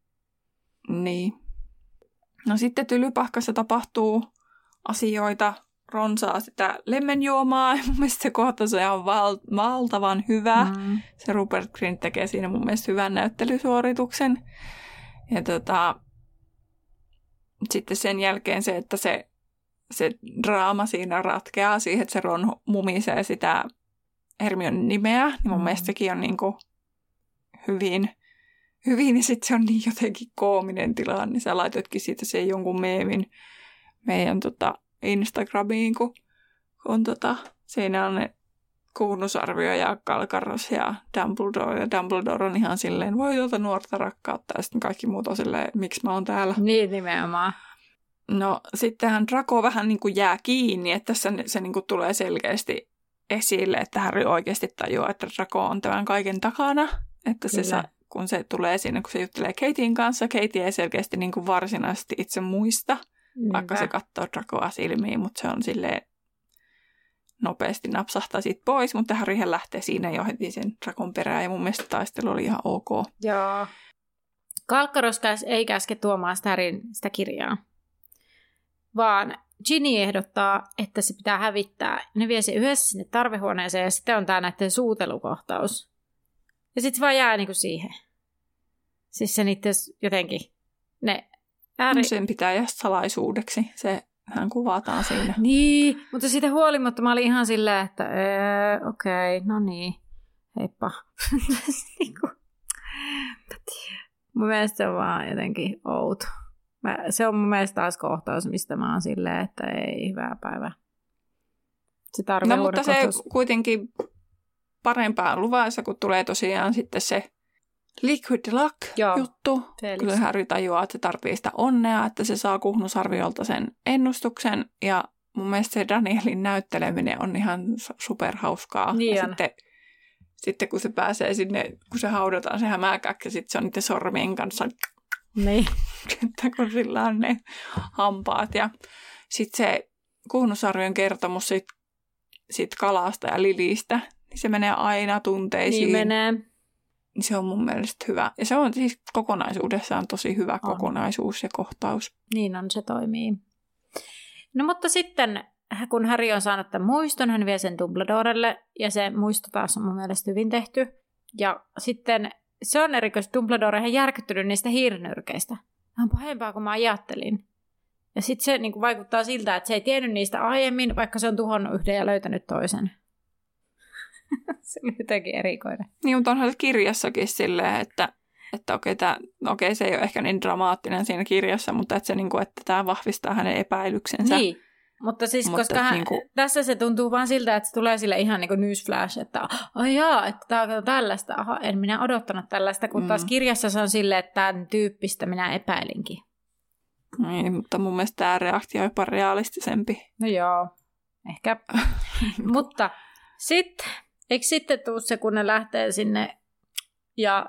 Niin. No sitten Tylypahkassa tapahtuu asioita. Ron saa sitä lemmenjuomaa. Mun mielestä se kohtaus on ihan val- valtavan hyvä. Mm. Se Rupert Grint tekee siinä mun mielestä hyvän näyttelysuorituksen. Ja tota, sitten sen jälkeen se, että se, se draama siinä ratkeaa siihen, että se Ron mumisee sitä Hermionen nimeä. Niin mun mm. mielestä sekin on niinku hyvin, hyvin, ja sitten se on niin jotenkin koominen tilanne, niin sä laitoitkin siitä sen jonkun meemin meidän tota, Instagramiin, kun, kun tota, siinä on ne Kuhnusarvio ja Kalkaros ja Dumbledore, ja Dumbledore on ihan silleen, voi tuolta nuorta rakkautta, ja sitten kaikki muut on silleen, miksi mä oon täällä. Niin, nimenomaan. No, sittenhän Draco vähän niin kuin jää kiinni, että tässä se, se niin kuin tulee selkeästi esille, että Harry oikeasti tajuaa, että Draco on tämän kaiken takana. Että se, se, kun se tulee siinä, kun se juttelee Katien kanssa, Katie ei selkeästi niin kuin varsinaisesti itse muista, Niinpä. Vaikka se katsoo Dracoa silmiin, mutta se on silleen nopeasti napsahtaa siitä pois, mutta Harryhän lähtee siinä jo heti sen Dracon perään, ja mun mielestä taistelu oli ihan ok. Joo. Kalkkaros ei käske tuomaan sitä Harryn sitä kirjaa, vaan Ginny ehdottaa, että se pitää hävittää. Ne vie se yhdessä sinne tarvehuoneeseen, ja sitten on tää näiden suutelukohtaus. Ja sitten se vaan jää niinku siihen. Siis se niiden jotenkin, ne ääri... No sen pitää jää salaisuudeksi, sehän kuvataan siinä. Niin, mutta siitä huolimatta mä olin ihan silleen, että okei, okay, no niin, heippa. Niinku, mun mielestä se on vaan jotenkin outo. Mä, se on mun mielestä taas kohtaus, mistä mä oon silleen, että ei, hyvää päivää. Se tarvitsee no mutta se kuitenkin parempaan luvassa, kun tulee tosiaan sitten se Liquid Luck Joo, juttu, Felix. kun Harry tajuaa, että se tarvitsee sitä onnea, että se saa Kuhnusarviolta sen ennustuksen. Ja mun mielestä se Danielin näytteleminen on ihan superhauskaa. Niin ja on. sitten, sitten kun se pääsee sinne, kun se haudataan se hämäkäksi, ja sitten se on niiden sormien kanssa, Niin. että kun sillä on ne hampaat. Ja sitten se Kuhnusarvion kertomus sit, sit kalasta ja lilistä, niin se menee aina tunteisiin. Niin menee. Se on mun mielestä hyvä. Ja se on siis kokonaisuudessaan tosi hyvä on. kokonaisuus ja kohtaus. Niin on, se toimii. No mutta sitten, kun Harry on saanut tämän muiston, hän vie sen Dumbledorelle, ja se muisto taas on mun mielestä hyvin tehty. Ja sitten se on erikoisesti Dumbledore ihan järkyttynyt niistä hiirinyrkeistä. Vähän pahempaa kuin mä ajattelin. Ja sitten se niin kuin vaikuttaa siltä, että se ei tiennyt niistä aiemmin, vaikka se on tuhonnut yhden ja löytänyt toisen. Se oli jotenkin erikoinen. Niin, mutta onhan se kirjassakin silleen, että, että okei, tää, okei, se ei ole ehkä niin dramaattinen siinä kirjassa, mutta että, se, niin kuin, että tämä vahvistaa hänen epäilyksensä. Niin, mutta siis mutta koska hän, niin kuin... tässä se tuntuu vaan siltä, että se tulee sille ihan niin kuin newsflash, että ai jaa, että tämä on tällaista, aha, en minä odottanut tällaista, kun mm. taas kirjassa se on silleen, että tämän tyyppistä minä epäilinkin. Niin, mutta mun mielestä tämä reaktio on jopa realistisempi. No joo, ehkä. Mutta sitten, eikö sitten tuu se, kun ne lähtee sinne ja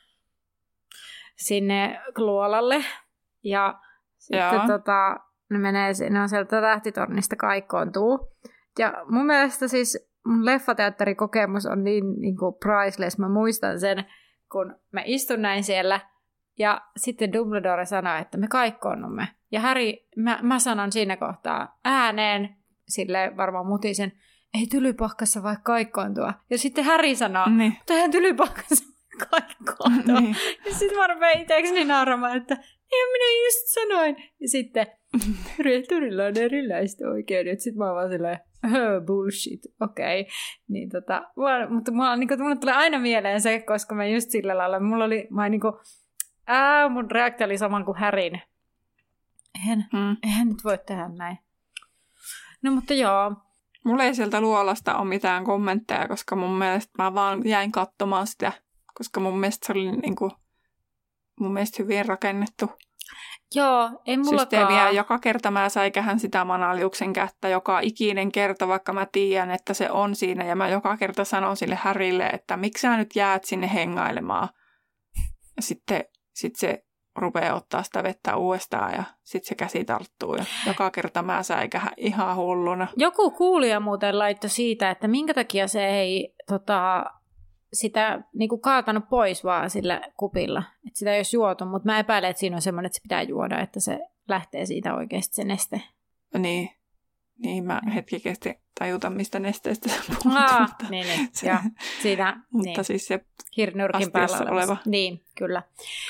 sinne luolalle ja sitten Joo. tota, ne menee, ne on sieltä tähtitornista kaikkoontuu. Ja mun mielestä siis mun leffateatterikokemus on niin, niin kuin priceless. Mä muistan sen, kun mä istun näin siellä ja sitten Dumbledore sanoo, että me kaikkoonnumme. Ja Harry, mä, mä sanon siinä kohtaa ääneen, sille varmaan mutisen, ei Tylypahkassa vai kaikkoontua. Ja sitten Harry sanoo, niin. mutta eihän Tylypahkassa vai kaikkoontua. Niin. Ja sitten mä rupean itsekseni nauramaan, että niin minä just sanoin. Ja sitten rehtorilla on erilaiset oikeudet. Sitten mä oon vaan silleen, bullshit, okei. Okay. Niin tota, mutta mulla, niin kuin, mulla tulee aina mieleen se, koska mä just sillä lailla, mulla oli, mä niin kuin, ää, mun reaktio oli saman kuin Harryn. Eihän, hmm. eihän nyt voi tehdä näin. No mutta joo. Mulla ei sieltä luolasta ole mitään kommentteja, koska mun mielestä mä vaan jäin katsomaan sitä, koska mun mielestä se oli niin kuin, mun mielestä hyvin rakennettu. Joo, ei mullakaan. Systeemiä. Joka kerta mä säikähän sitä Manaliuksen kättä, joka ikinen kerta, vaikka mä tiedän, että se on siinä. Ja mä joka kerta sanon sille Harrylle, että miksi sä nyt jäät sinne hengailemaan. Ja sitten sit se rupeaa ottaa sitä vettä uudestaan ja sitten se käsi tarttuu. Ja joka kerta mä säikähän ihan hulluna. Joku kuulija muuten laittoi siitä, että minkä takia se ei tota, sitä niinku kaatanut pois vaan sillä kupilla. Että sitä ei olisi juotu, mutta mä epäilen, että siinä on semmoinen, että se pitää juoda, että se lähtee siitä oikeasti se neste. Niin, niin mä hetki kesti tajuta, mistä nesteestä sä puhut. Aa, mutta niin, niin. Se, ja siinä, mutta niin. siis se hirnyrkin päällä oleva. Niin, kyllä.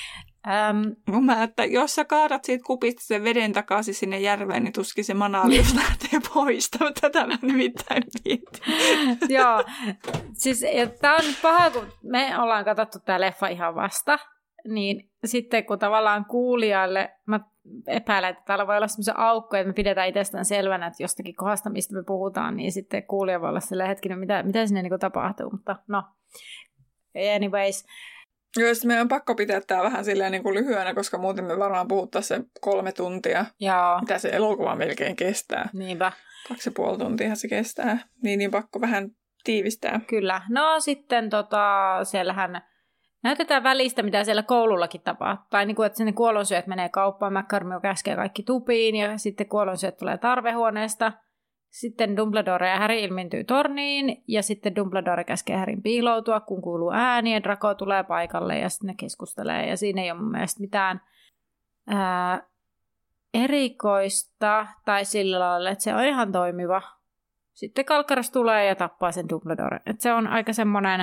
Um, mä, että jos sä kaadat siitä kupista sen veden takaisin sinne järveen, niin tuskin se Manalius lähtee pois. Tätä mä nimittäin mietin. Joo, siis tää on nyt paha, kun me ollaan katsottu tää leffa ihan vasta, niin sitten kun tavallaan kuulijalle, mä epäilen, että täällä voi olla semmoisia aukkoja, että me pidetään itsestään selvänä, että jostakin kohdasta, mistä me puhutaan, niin sitten kuulija voi olla silleen hetkinen, mitä, mitä sinne niin kuin tapahtuu, mutta no, anyways. Joo, sitten meidän on pakko pitää tämä vähän silleen niin kuin lyhyenä, koska muuten me varmaan puhuttaisiin se kolme tuntia. Joo. Mitä se elokuva melkein kestää. Niinpä. Kaksi ja puoli tuntia se kestää. Niin, niin pakko vähän tiivistää. Kyllä. No sitten tota, siellähän näytetään välistä, mitä siellä koulullakin tapahtuu. Tai niin kuin, että sinne kuolonsyöt menee kauppaan, McCormick käskee kaikki tupiin ja sitten kuolonsyöt tulee tarvehuoneesta. Sitten Dumbledore ja Harry ilmentyy torniin ja sitten Dumbledore käskee Harryn piiloutua, kun kuuluu ääni ja Draco tulee paikalle ja sitten ne keskustelee. Ja siinä ei ole mun mielestä mitään ää, erikoista tai sillä lailla, että se on ihan toimiva. Sitten Kalkkaros tulee ja tappaa sen Dumbledore. Että se on aika semmoinen,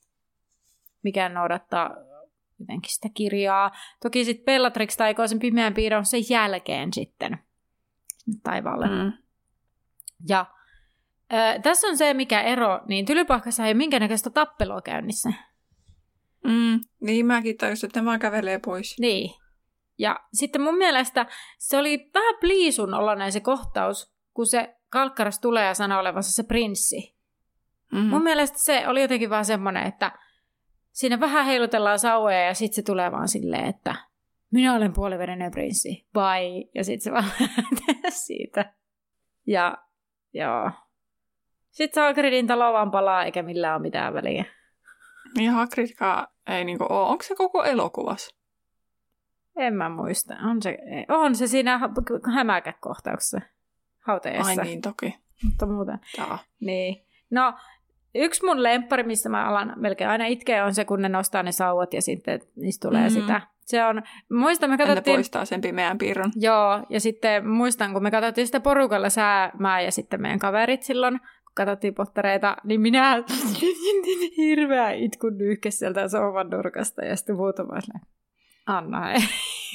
mikä noudattaa jotenkin sitä kirjaa. Toki sitten Bellatrix taikoo sen pimeän piirron sen jälkeen sitten taivaalle. Mm. Ja äh, tässä on se, mikä ero, niin Tylypahkassa ei ole minkäännäköistä tappelua käynnissä. Mm, niin mäkin tajusin, että ne vaan kävelee pois. Niin. Ja sitten mun mielestä se oli vähän pliisun oloinen se kohtaus, kun se Kalkkaros tulee ja sanoo olevansa se prinssi. Mm-hmm. Mun mielestä se oli jotenkin vaan semmoinen, että siinä vähän heilutellaan sauvoja ja sitten se tulee vaan silleen, että minä olen puoliverinen prinssi, bye. Ja sitten se vaan lähtee siitä. Ja joo. Sitten se Hagridin talo vaan palaa, eikä millään ole mitään väliä. Ja Hagridkaan ei niinku ole. Onko se koko elokuvassa? En mä muista. On se, on se siinä hämäkäkohtauksessa hautajaisissa. Ai niin, toki. Mutta muuten. Jaa. Niin. No, yksi mun lemppari, missä mä alan melkein aina itkeä, on se, kun ne nostaa ne sauvat ja sitten niistä tulee mm-hmm. sitä. Se on, muistan, me katsottiin... Ne poistaa sen pimeän piirron. Joo, ja sitten muistan, kun me katsottiin sitä porukalla, sä, mä ja sitten meidän kaverit silloin, kun katsottiin Pottereita, niin minä hirveä itkun nyyhkes sieltä sohvan nurkasta ja sitten muutama silleen, Anna ei.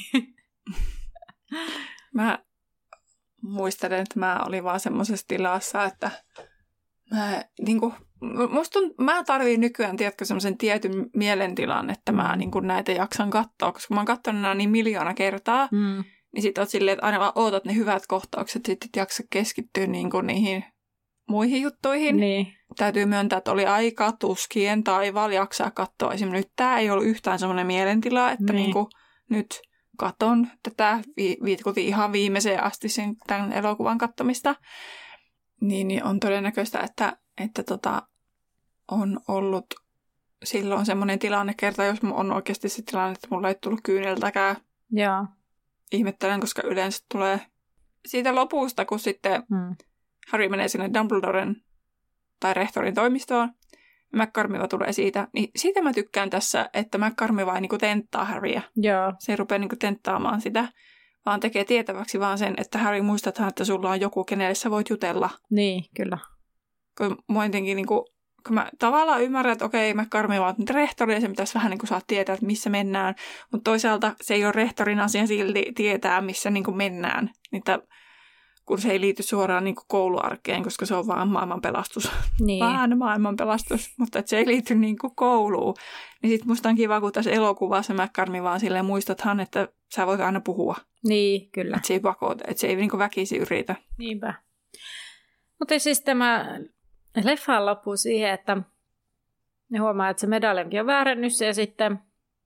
Mä muistelen, että mä olin vaan semmoisessa tilassa, että mä, niin kuin, musta tunt, mä tarviin nykyään, tiedätkö, semmoisen tietyn mielentilan, että mä niin kuin näitä jaksan katsoa, koska mä oon katsonut nämä niin miljoona kertaa, mm. niin sit oot silleen, että aina vaan ootat ne hyvät kohtaukset, sit et jaksa keskittyä niin kuin niihin muihin juttuihin. Niin. Täytyy myöntää, että oli aika tuskien taivaalla jaksaa katsoa. Esimerkiksi nyt tää ei ollut yhtään semmoinen mielentila, että niin. Niin kuin nyt katon tätä vi- vi- ihan viimeiseen asti sen, tämän elokuvan katsomista. Niin, niin on todennäköistä, että, että tota, on ollut silloin semmoinen tilanne kerta, jos on oikeasti se tilanne, että mulla ei tullut kyyneltäkään. Joo. Ihmettelen, koska yleensä tulee siitä lopusta, kun sitten hmm. Harry menee sinne Dumbledoren tai rehtorin toimistoon, McCormiva tulee siitä, niin siitä mä tykkään tässä, että McCormiva ei niinku tenttaa Harryä. Joo. Se ei rupea niinku tenttaamaan sitä, vaan tekee tietäväksi vaan sen, että Harry, muistathan, että sulla on joku, kenelle sä voit jutella. Niin, kyllä. Kun mua jotenkin niinku, kun mä tavallaan ymmärrän, että okei, McCormiva on nyt rehtori ja se pitäisi vähän niinku saada tietää, että missä mennään, mutta toisaalta se ei ole rehtorin asia silti tietää, missä niinku mennään. Niitä kun se ei liity suoraan niin kuin kouluarkeen, koska se on vaan maailmanpelastus. Niin. Vaan maailmanpelastus, mutta että se ei liity niin kuin kouluun. Niin sitten musta on kiva, kun tässä elokuvassa McCormi vaan silleen muistathan, että sä voit aina puhua. Niin, kyllä. Että se ei pakota, että se ei niin kuin väkisi yritä. Niinpä. Mutta siis tämä leffa loppuu siihen, että ne huomaa, että se medaljonkin on väärennys ja sitten,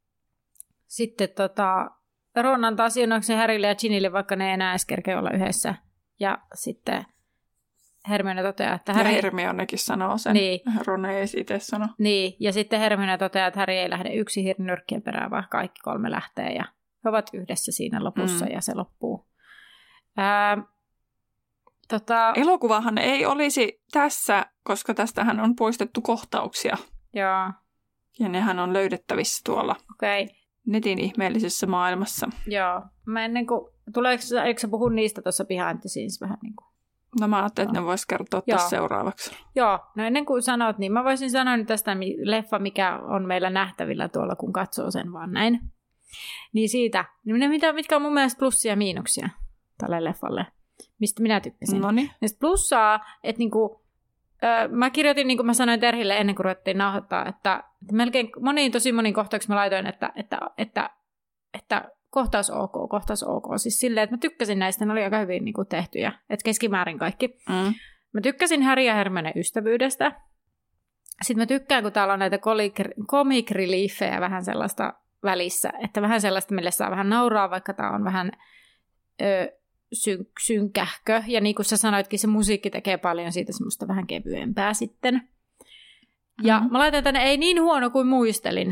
sitten tota, Ron antaa siunauksen Harrylle ja Ginnylle, vaikka ne ei enää edes kerkeä olla yhdessä. Ja sitten Hermione toteaa, että Harry... Ja Hermionekin sanoo sen. Niin. Ron ei itse sano. Niin, ja sitten Hermione toteaa, että Harry ei lähde yksi hirnyrkkien perään, vaan kaikki kolme lähtee. Ja he ovat yhdessä siinä lopussa, mm. ja se loppuu. Ää, tota... Elokuvahan ei olisi tässä, koska tästähän on poistettu kohtauksia. Joo. Ja nehän on löydettävissä tuolla Okei. Okay. netin ihmeellisessä maailmassa. Joo. Mä ennen kuin... Tuleeko eikö sä puhu niistä tuossa behind the scenes vähän niin kuin? No mä ajattelin, että ne vois kertoa Joo. tässä seuraavaksi. Joo, no ennen kuin sanot, niin mä voisin sanoa nyt tästä leffa, mikä on meillä nähtävillä tuolla, kun katsoo sen vaan näin. Niin siitä, niin mitä, mitkä on mun mielestä plussia ja miinuksia tälle leffalle, mistä minä tykkäsin. Noniin. Niin plussaa, että niinku, ö, mä kirjoitin, niin kuin mä sanoin Terhille ennen kuin ruvettiin nauhoittaa, että, että melkein moniin, tosi moniin kohtauksiin mä laitoin, että, että, että, että kohtaus ok, kohtaus ok. Siis silleen, että mä tykkäsin näistä, ne oli aika hyvin niin kuin tehtyjä, että keskimäärin kaikki. Mm. Mä tykkäsin Harry ja Hermione ystävyydestä. Sitten mä tykkään, kun täällä on näitä comic reliefejä vähän sellaista välissä, että vähän sellaista, mille saa vähän nauraa, vaikka tää on vähän ö, syn- synkähkö. Ja niin kuin sä sanoitkin, se musiikki tekee paljon siitä semmoista vähän kevyempää sitten. Ja mm-hmm. mä laitan tänne, ei niin huono kuin muistelin.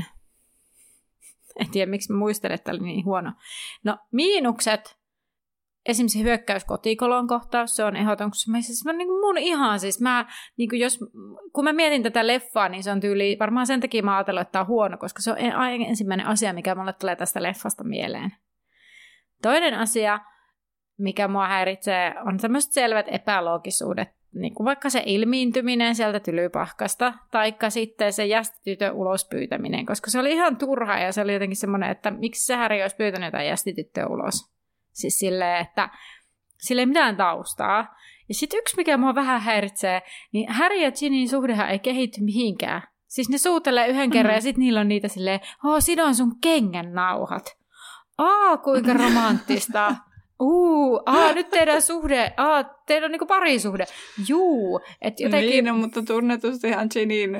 En tiedä, miksi mä muistelen, että oli niin huono. No, miinukset. Esimerkiksi hyökkäys kotikolon kohtaus, se on ehdoton. Mä, siis, mä, niin mun ihan siis, mä, niin kuin jos, kun mä mietin tätä leffaa, niin se on tyyli, varmaan sen takia mä ajattelin, että tämä on huono, koska se on ensimmäinen asia, mikä mulle tulee tästä leffasta mieleen. Toinen asia, mikä mua häiritsee, on tämmöiset selvät epäloogisuudet. Niin kuin vaikka se ilmiintyminen sieltä Tylypahkasta, taikka sitten se jästitytön ulospyytäminen, koska se oli ihan turha ja se oli jotenkin semmoinen, että miksi se Harry olisi pyytänyt jotain jästityttöä ulos. Siis silleen, että sillä ei mitään taustaa. Ja sitten yksi, mikä mua vähän häiritsee, niin Harry ja Ginnyn suhdehan ei kehity mihinkään. Siis ne suutelee yhden kerran mm-hmm. ja sitten niillä on niitä silleen, oo, siinä on sun kengän nauhat. Aa, kuinka romanttista. Uu, aa, nyt tehdään suhde, aa, teillä on niinku parisuhde. Juu, että jotenkin... Niin, no, mutta tunnetustihan Ginnyn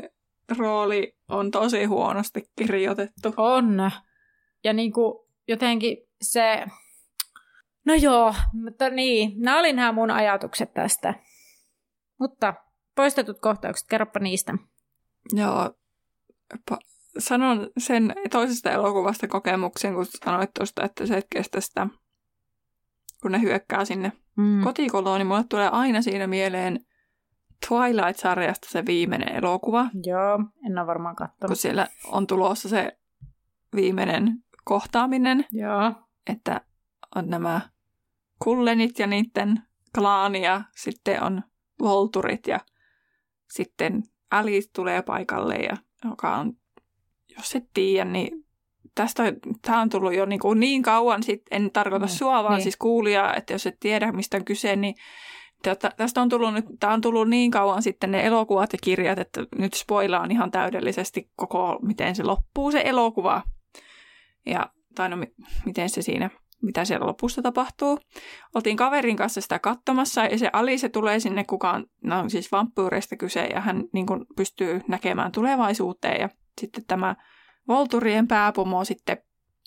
rooli on tosi huonosti kirjoitettu. On. Ja niinku jotenkin se... No joo, mutta niin, nämä oli nämä mun ajatukset tästä. Mutta poistetut kohtaukset, kerropa niistä. Joo, pa- sanon sen toisesta elokuvasta kokemuksen, kun sanoit tuosta, että se et kestä sitä, kun ne hyökkää sinne mm. kotikoloon, niin mulle tulee aina siinä mieleen Twilight-sarjasta se viimeinen elokuva. Joo, en ole varmaan katsonut. Kun siellä on tulossa se viimeinen kohtaaminen, Joo. että on nämä Cullenit ja niiden klaani ja sitten on Volturit ja sitten Alice tulee paikalle, ja joka on, jos et tiedä, niin tästä on, tämä on tullut jo niin, kuin niin kauan, sit en tarkoita sua, vaan niin. Siis kuulijaa, että jos et tiedä, mistä on kyse, niin tästä on tullut nyt, tämä on tullut niin kauan sitten ne elokuvat ja kirjat, että nyt spoilaan ihan täydellisesti koko, miten se loppuu se elokuva. Ja, tai no, miten se siinä, mitä siellä lopussa tapahtuu. Oltiin kaverin kanssa sitä katsomassa, ja se Alice tulee sinne, kuka on, no siis vampyyreistä kyse, ja hän niin kuin pystyy näkemään tulevaisuuteen, ja sitten tämä Volturien pääpomo sitten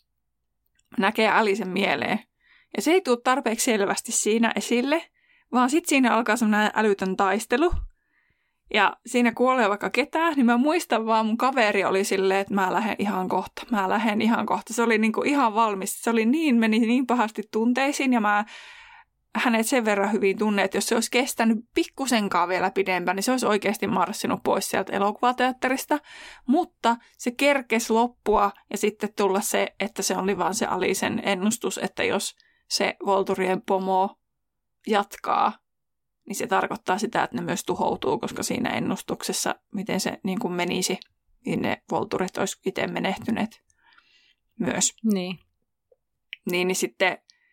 näkee Alicen mieleen. Ja se ei tule tarpeeksi selvästi siinä esille, vaan sitten siinä alkaa semmoinen älytön taistelu. Ja siinä kuolee vaikka ketään, niin mä muistan vaan, mun kaveri oli silleen, että mä lähden ihan kohta, mä lähden ihan kohta. Se oli niinku ihan valmis, se oli niin, meni niin pahasti tunteisiin, ja mä hänet sen verran hyvin tunne, että jos se olisi kestänyt pikkusenkaan vielä pidempään, niin se olisi oikeasti marssinut pois sieltä elokuvateatterista. Mutta se kerkesi loppua, ja sitten tulla se, että se oli vaan se Alicen ennustus, että jos se Volturien pomo jatkaa, niin se tarkoittaa sitä, että ne myös tuhoutuu, koska siinä ennustuksessa, miten se niin kuin menisi, niin ne Volturit olisi itse menehtyneet myös. Niin. Niin, niin sitten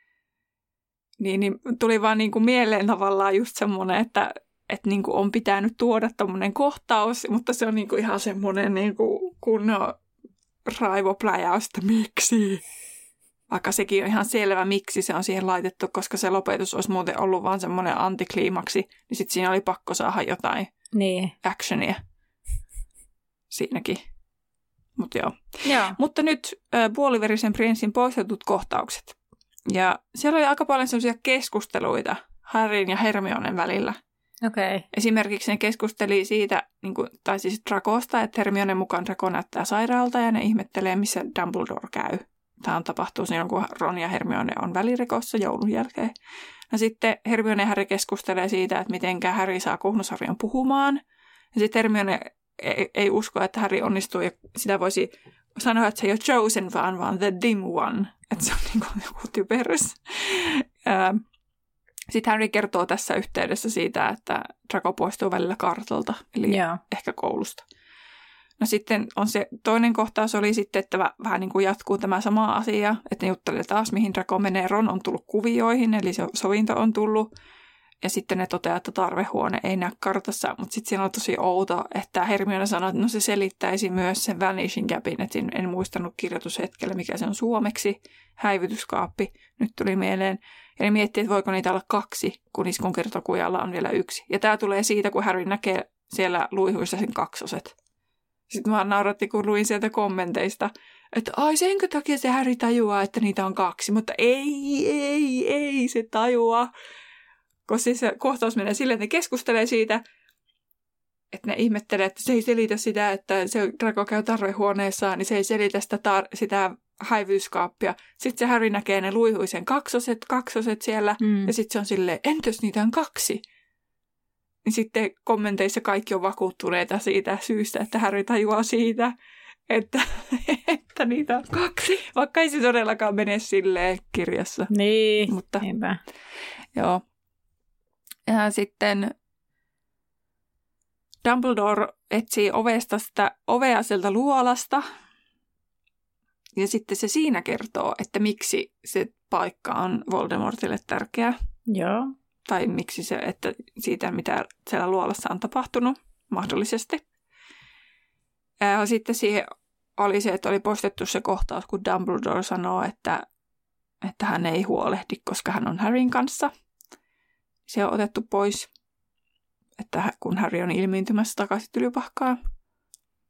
niin, niin tuli vaan niin kuin mieleen tavallaan just semmoinen, että, että niin kuin on pitänyt tuoda tommoinen kohtaus, mutta se on niin kuin ihan semmoinen niin kuin kunnon raivopläjäys, että miksi? Vaikka sekin on ihan selvä, miksi se on siihen laitettu, koska se lopetus olisi muuten ollut vaan semmoinen antikliimaksi, niin sitten siinä oli pakko saada jotain niin. actionia siinäkin. Mut joo. Joo. Mutta nyt äh, Puoliverisen prinssin poistetut kohtaukset. Ja siellä oli aika paljon semmoisia keskusteluita Harryn ja Hermionen välillä. Okay. Esimerkiksi ne keskusteli siitä, niin kuin, tai siis Dracosta, että Hermionen mukaan Draco näyttää sairaalta ja ne ihmettelee, missä Dumbledore käy. Tämä on tapahtuu silloin, kun Ron ja Hermione on välirekossa joulun jälkeen. Ja sitten Hermione ja Harry keskustelee siitä, että mitenkä Harry saa Kuhnusarjan puhumaan. Ja sitten Hermione ei, ei usko, että Harry onnistuu, ja sitä voisi sanoa, että se ei ole chosen vaan, vaan the dim one. Että se on niin kuin joku typerys. Sitten Harry kertoo tässä yhteydessä siitä, että Draco poistuu välillä kartalta, eli yeah. ehkä koulusta. No sitten on se toinen kohtaus oli sitten, että vähän niin kuin jatkuu tämä sama asia, että ne juttelee taas, mihin Draco menee. Ron on tullut kuvioihin, eli se sovinto on tullut. Ja sitten ne toteaa, että tarvehuone ei näy kartassa, mutta sitten siinä on tosi outo, että Hermione sanoo, että no se selittäisi myös sen Vanishing Cabinetin. En muistanut kirjoitushetkellä, mikä se on suomeksi. Häivytyskaappi, nyt tuli mieleen. Ja ne miettii, että voiko niitä olla kaksi, kun iskun kertokujalla on vielä yksi. Ja tämä tulee siitä, kun Harry näkee siellä luihuissa sen kaksoset. Sitten mä nauratti, kun luin sieltä kommenteista, että ai senkö takia se Harry tajuaa, että niitä on kaksi. Mutta ei, ei, ei se tajua. Koska siis se kohtaus menee silleen, että ne keskustelee siitä, että ne ihmettelee, että se ei selitä sitä, että se Draco käy tarvehuoneessaan, niin se ei selitä sitä, tar- sitä häivytyskaappia. Sitten se Harry näkee ne luihuisen kaksoset, kaksoset siellä, mm. ja sitten se on silleen, entäs niitä on kaksi? Niin sitten kommenteissa kaikki on vakuuttuneita siitä syystä, että Harry tajuaa siitä, että, että niitä on kaksi. Vaikka ei se todellakaan mene silleen kirjassa. Niin, mutta niinpä. Joo. Ja sitten Dumbledore etsii ovesta sitä ovea sieltä luolasta. Ja sitten se siinä kertoo, että miksi se paikka on Voldemortille tärkeä. Joo. Tai miksi se, että siitä mitä siellä luolassa on tapahtunut mahdollisesti. Ja sitten siihen oli se, että oli poistettu se kohtaus, kun Dumbledore sanoo, että, että hän ei huolehdi, koska hän on Harryn kanssa. Se on otettu pois, että kun Harry on ilmiintymässä takaisin Tylypahkaan.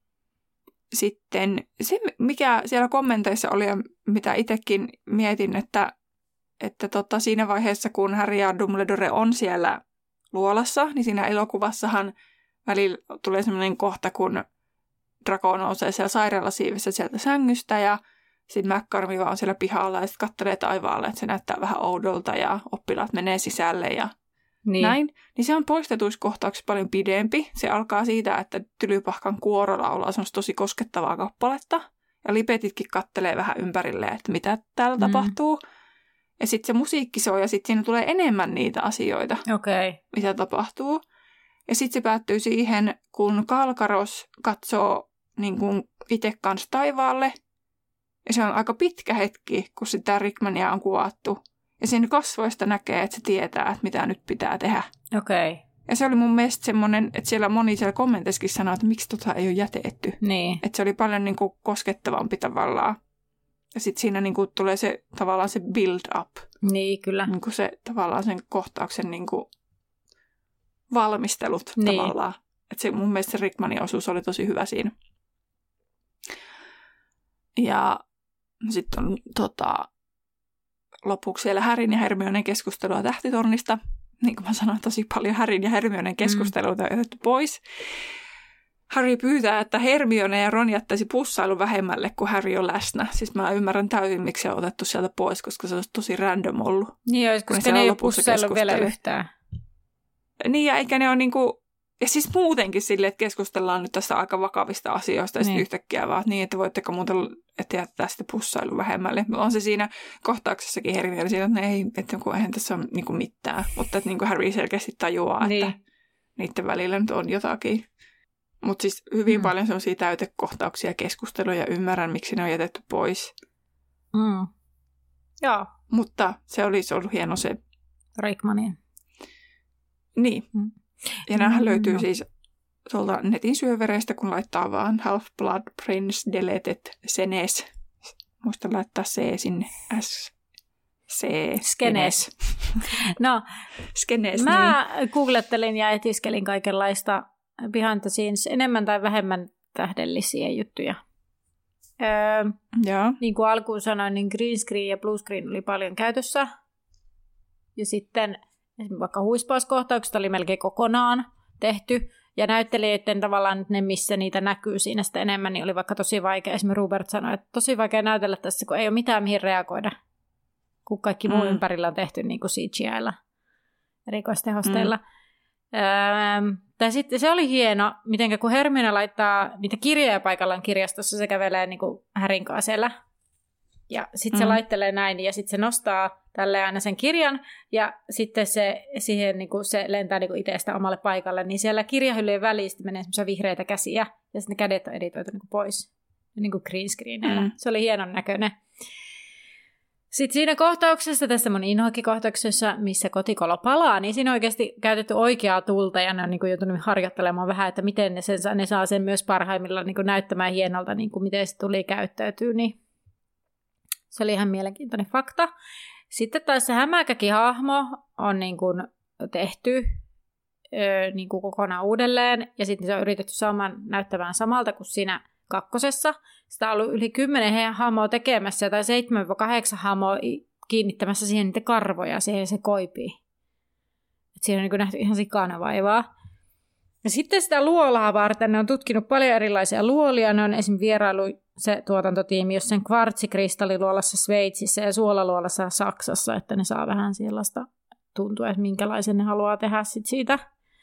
sitten se, mikä siellä kommenteissa oli ja mitä itsekin mietin, että, että tota, siinä vaiheessa, kun Harry ja Dumbledore on siellä luolassa, niin siinä elokuvassahan välillä tulee sellainen kohta, kun Draco nousee siellä sairaalasiivessä sieltä sängystä ja sitten McGonagall on siellä pihalla ja sitten katselee taivaalle, että se näyttää vähän oudolta ja oppilaat menee sisälle ja niin. näin. Niin se on poistetuissa kohtauksissa paljon pidempi. Se alkaa siitä, että Tylypahkan kuoro laulaa semmoista tosi koskettavaa kappaletta. Ja lipetitkin kattelee vähän ympärille, että mitä täällä mm. tapahtuu. Ja sitten se musiikki soi ja sitten siinä tulee enemmän niitä asioita, okay. mitä tapahtuu. Ja sitten se päättyy siihen, kun Kalkaros katsoo niin kuin itse kanssa taivaalle. Ja se on aika pitkä hetki, kun sitä Rickmania on kuvattu. Ja siinä kasvoista näkee, että se tietää, että mitä nyt pitää tehdä. Okei. Okay. Ja se oli mun mielestä semmoinen, että siellä moni siellä kommenteissakin sanoi, että miksi tota ei ole jätetty. Niin. Että se oli paljon niin kuin koskettavampi tavallaan. Ja sitten siinä niin kuin tulee se tavallaan se build up. Niin, kyllä. Niin kuin se tavallaan sen kohtauksen niin kuin valmistelut niin. tavallaan. Että se mun mielestä se Rickmanin osuus oli tosi hyvä siinä. Ja sitten on tota, lopuksi siellä Harryn ja Hermionen keskustelua Tähtitornista. Niin kuin mä sanoin, tosi paljon Harryn ja Hermionen keskusteluita on jätetty pois. Harry pyytää, että Hermione ja Ron jättäisi pussailun vähemmälle, kun Harry on läsnä. Siis mä ymmärrän täysin, miksi se on otettu sieltä pois, koska se olisi tosi random ollut. Niin olisi, koska ne ei ole pussaillut vielä yhtään. Niin, ja eikä ne ole niinku... Ja siis muutenkin silleen, että keskustellaan nyt tästä aika vakavista asioista ja niin. sitten yhtäkkiä vaan niin, että voitteko muuten jättää sitä pussailun vähemmälle. On se siinä kohtauksessakin Hermione siinä, että ei, että eihän tässä ole niinku mitään. Mutta että niinku Harry selkeästi tajuaa, niin. että niiden välillä nyt on jotakin. Mutta siis hyvin mm. paljon sellaisia täytekohtauksia ja keskusteluja. Ymmärrän, miksi ne on jätetty pois. Mm. Joo. Mutta se olisi ollut hieno se... Rickmanin. Niin. Mm. Ja näähän löytyy no. siis tuolta netin syövereistä, kun laittaa vaan Half-Blood Prince Deleted Senes. Muista laittaa C sinne. S. C. Skenes. No, Skenes, mä niin. googlettelin ja etiskelin kaikenlaista behind the scenes, enemmän tai vähemmän tähdellisiä juttuja. Öö, Joo. Niin kuin alkuun sanoin, niin green screen ja blue screen oli paljon käytössä. Ja sitten esimerkiksi vaikka huispauskohtaukset oli melkein kokonaan tehty. Ja näyttelijöiden tavallaan ne, missä niitä näkyy siinä sitä enemmän, niin oli vaikka tosi vaikea. Esimerkiksi Robert sanoi, että tosi vaikea näytellä tässä, kun ei ole mitään mihin reagoida. Kun kaikki muu mm. ympärillä on tehty niin kuin C G I:llä, erikoistehosteilla. Mm. Öö, tai sitten se oli hieno, miten kun Hermione laittaa niitä kirjoja paikallaan kirjastossa, se kävelee niin kuin Harryn kanssa siellä. Ja sitten mm. se laittelee näin, ja sitten se nostaa tälle aina sen kirjan, ja sitten se, siihen, niin kuin se lentää niin kuin itsestä omalle paikalle, niin siellä kirjahyllyjen väliin menee semmoisia vihreitä käsiä, ja sitten ne kädet on editoitu niin kuin pois, niin kuin green screeneillä. Mm. Se oli hienon näköinen. Sitten siinä kohtauksessa, tässä mun inhokkikohtauksessa, missä kotikolo palaa, niin siinä on oikeasti käytetty oikeaa tulta, ja ne on niin kuin joutunut harjoittelemaan vähän, että miten ne, sen, ne saa sen myös parhaimmillaan niin kuin näyttämään hienolta, niin kuin miten se tuli käyttäytyy, niin se oli ihan mielenkiintoinen fakta. Sitten taas se hämäkäkin hahmo on niin kuin tehty öö, niin kuin kokonaan uudelleen, ja sitten se on yritetty saamaan näyttämään samalta kuin siinä kakkosessa. Sitä on ollut yli kymmenen hahmoa tekemässä, tai seitsemän kahdeksan hahmoa kiinnittämässä siihen niitä karvoja, siihen se koipii. Et siinä on niin kuin nähty ihan sikana vaivaa. Ja sitten sitä luolaa varten ne on tutkinut paljon erilaisia luolia. Ne on esimerkiksi vierailu se tuotantotiimi jossain kvartsikristalliluolassa Sveitsissä ja suolaluolassa Saksassa, että ne saa vähän sellaista tuntua, että minkälaisen ne haluaa tehdä sit siitä.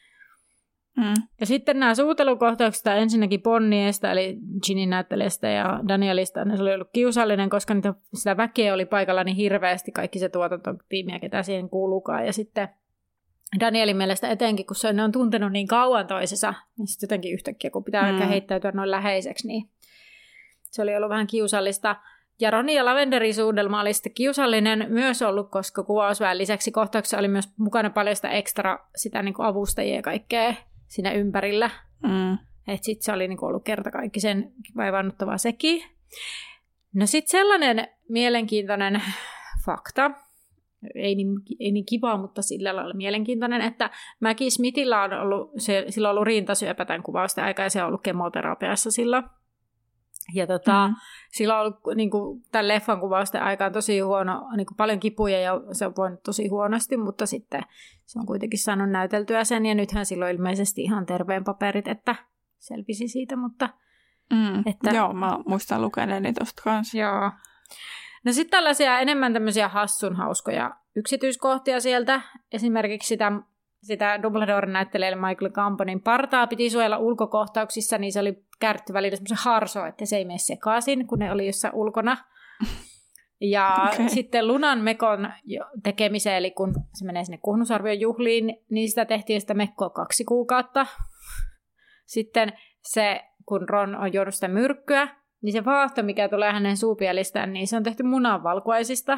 Mm. Ja sitten nämä suutelukohtaukset ensinnäkin Bonnieista, eli Ginin näyttelijästä ja Danielista, ne oli ollut kiusallinen, koska niitä, sitä väkeä oli paikalla niin hirveästi, kaikki se tuotantotiimi ja ketä siihen kuuluukaan. Ja sitten Danielin mielestä etenkin, kun se, ne on tuntenut niin kauan toisensa, niin sitten jotenkin yhtäkkiä, kun pitää mm. heittäytyä noin läheiseksi, niin se oli ollut vähän kiusallista. Ja Ronin ja Lavenderin suudelma oli sitten kiusallinen myös ollut, koska kuvausväen lisäksi kohtauksessa oli myös mukana paljon sitä ekstra sitä niin kuin avustajia ja kaikkea siinä ympärillä. Mm. Että sitten se oli niin kuin ollut kertakaikkisen vaivannuttavaa sekin. No sitten sellainen mielenkiintoinen fakta, ei niin, ei niin kiva, mutta sillä lailla mielenkiintoinen, että Maggie Smithillä on ollut, se, sillä on ollut rintasyöpä tämän kuvausten aikaa ja se on ollut kemoterapiassa silloin. Ja tota, Mm. sillä on ollut niin kuin, tämän leffan kuvausten aikaan tosi huono, niin kuin paljon kipuja ja se on voinut tosi huonosti, mutta sitten se on kuitenkin saanut näyteltyä sen ja nythän sillä on ilmeisesti ihan terveen paperit, että selvisi siitä, mutta... Mm. Että, joo, mä muistan lukeneeni tosta kanssa. Joo. No sitten tällaisia enemmän tämmöisiä hassun hauskoja yksityiskohtia sieltä. Esimerkiksi sitä, sitä Dumbledoren näyttelijälle Michael Gambonin partaa piti suojella ulkokohtauksissa, niin se oli kääritty välillä semmoisen harso, että se ei mene sekaisin, kun ne oli jossain ulkona. Ja okay. Sitten Lunan mekon tekemiseen, eli kun se menee sinne Kuhnusarvion juhliin, niin sitä tehtiin sitä mekkoa kaksi kuukautta. Sitten se, kun Ron on juonut sitä myrkkyä, niin se vaahto, mikä tulee hänen suupielistään, niin se on tehty munanvalkuaisista.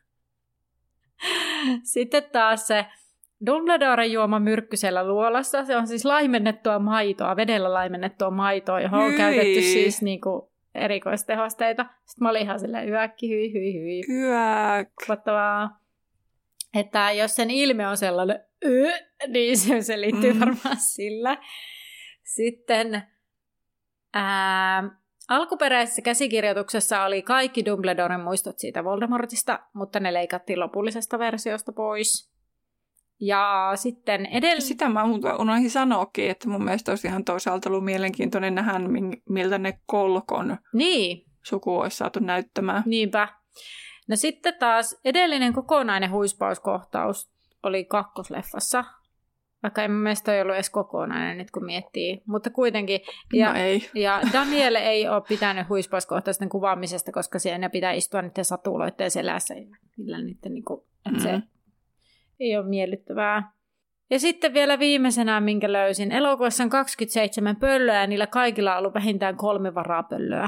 Sitten taas se Dumbledoren juoma myrkky siellä luolassa, se on siis laimennettua maitoa, vedellä laimennettua maitoa, johon on hyi. Käytetty siis niinku erikoistehosteita. Sitten mä olin ihan silleen yäkki, hyi, hyi, hyi. Yäk. Kuvattavaa. Että jos sen ilme on sellainen, y, niin se selittyy mm. varmaan sillä. Sitten ää, alkuperäisessä käsikirjoituksessa oli kaikki Dumbledoren muistot siitä Voldemortista, mutta ne leikattiin lopullisesta versiosta pois. Ja sitten edellä... Sitä mä unohdin sanoakin, että mun mielestä olisi ihan toisaalta ollut mielenkiintoinen nähdä, miltä ne Kolkon niin. suku olisi saatu näyttämään. Niinpä. No sitten taas edellinen kokonainen huispauskohtaus oli kakkosleffassa. Vaikka ei mun mielestä ole ollut edes kokonainen nyt kun miettii, mutta kuitenkin. Ja, no ei. Ja Daniel ei ole pitänyt huispauskohtausten kuvaamisesta, koska siellä pitää istua niiden satuloitteen selässä. Millä niiden, niin kuin, että mm-hmm. se ei ole miellyttävää. Ja sitten vielä viimeisenä, minkä löysin. Elokuvassa on kaksikymmentäseitsemän pöllöä ja niillä kaikilla on ollut vähintään kolme varapöllöä.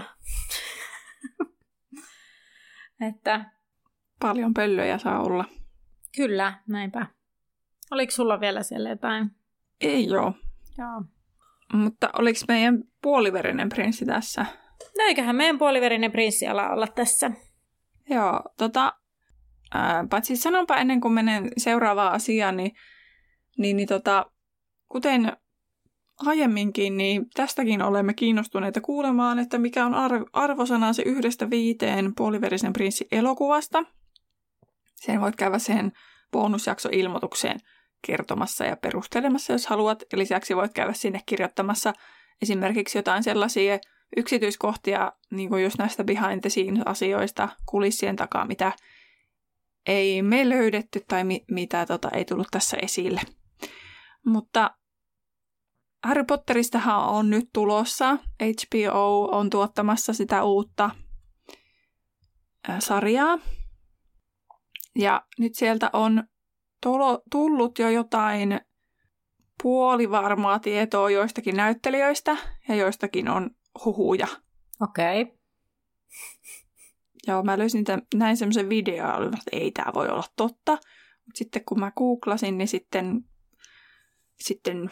Että... Paljon pöllöjä saa olla. Kyllä, näinpä. Oliko sulla vielä siellä jotain? Ei oo. Joo. Mutta oliko meidän puoliverinen prinssi tässä? No eiköhän meidän puoliverinen prinssi ala olla tässä. Joo, tota... Ää, paitsi sanonpa ennen kuin menen seuraavaan asiaan, niin, niin, niin tota, kuten aiemminkin, niin tästäkin olemme kiinnostuneita kuulemaan, että mikä on arv- arvosana se yhdestä viiteen puoliverisen prinssin elokuvasta. Sen voit käydä siihen bonusjaksoilmoitukseen kertomassa ja perustelemassa, jos haluat. Ja lisäksi voit käydä sinne kirjoittamassa esimerkiksi jotain sellaisia yksityiskohtia, niin kuin just näistä behind the scenes asioista, kulissien takaa, mitä ei me löydetty tai mi- mitä tota, ei tullut tässä esille. Mutta Harry Potteristahan on nyt tulossa. H B O on tuottamassa sitä uutta ää, sarjaa. Ja nyt sieltä on tulo- tullut jo jotain puolivarmaa tietoa joistakin näyttelijöistä ja joistakin on huhuja. Okei. Okay. Joo, mä löysin tämän, näin semmoisen videon, että ei tämä voi olla totta. Mutta sitten kun mä googlasin, niin sitten, sitten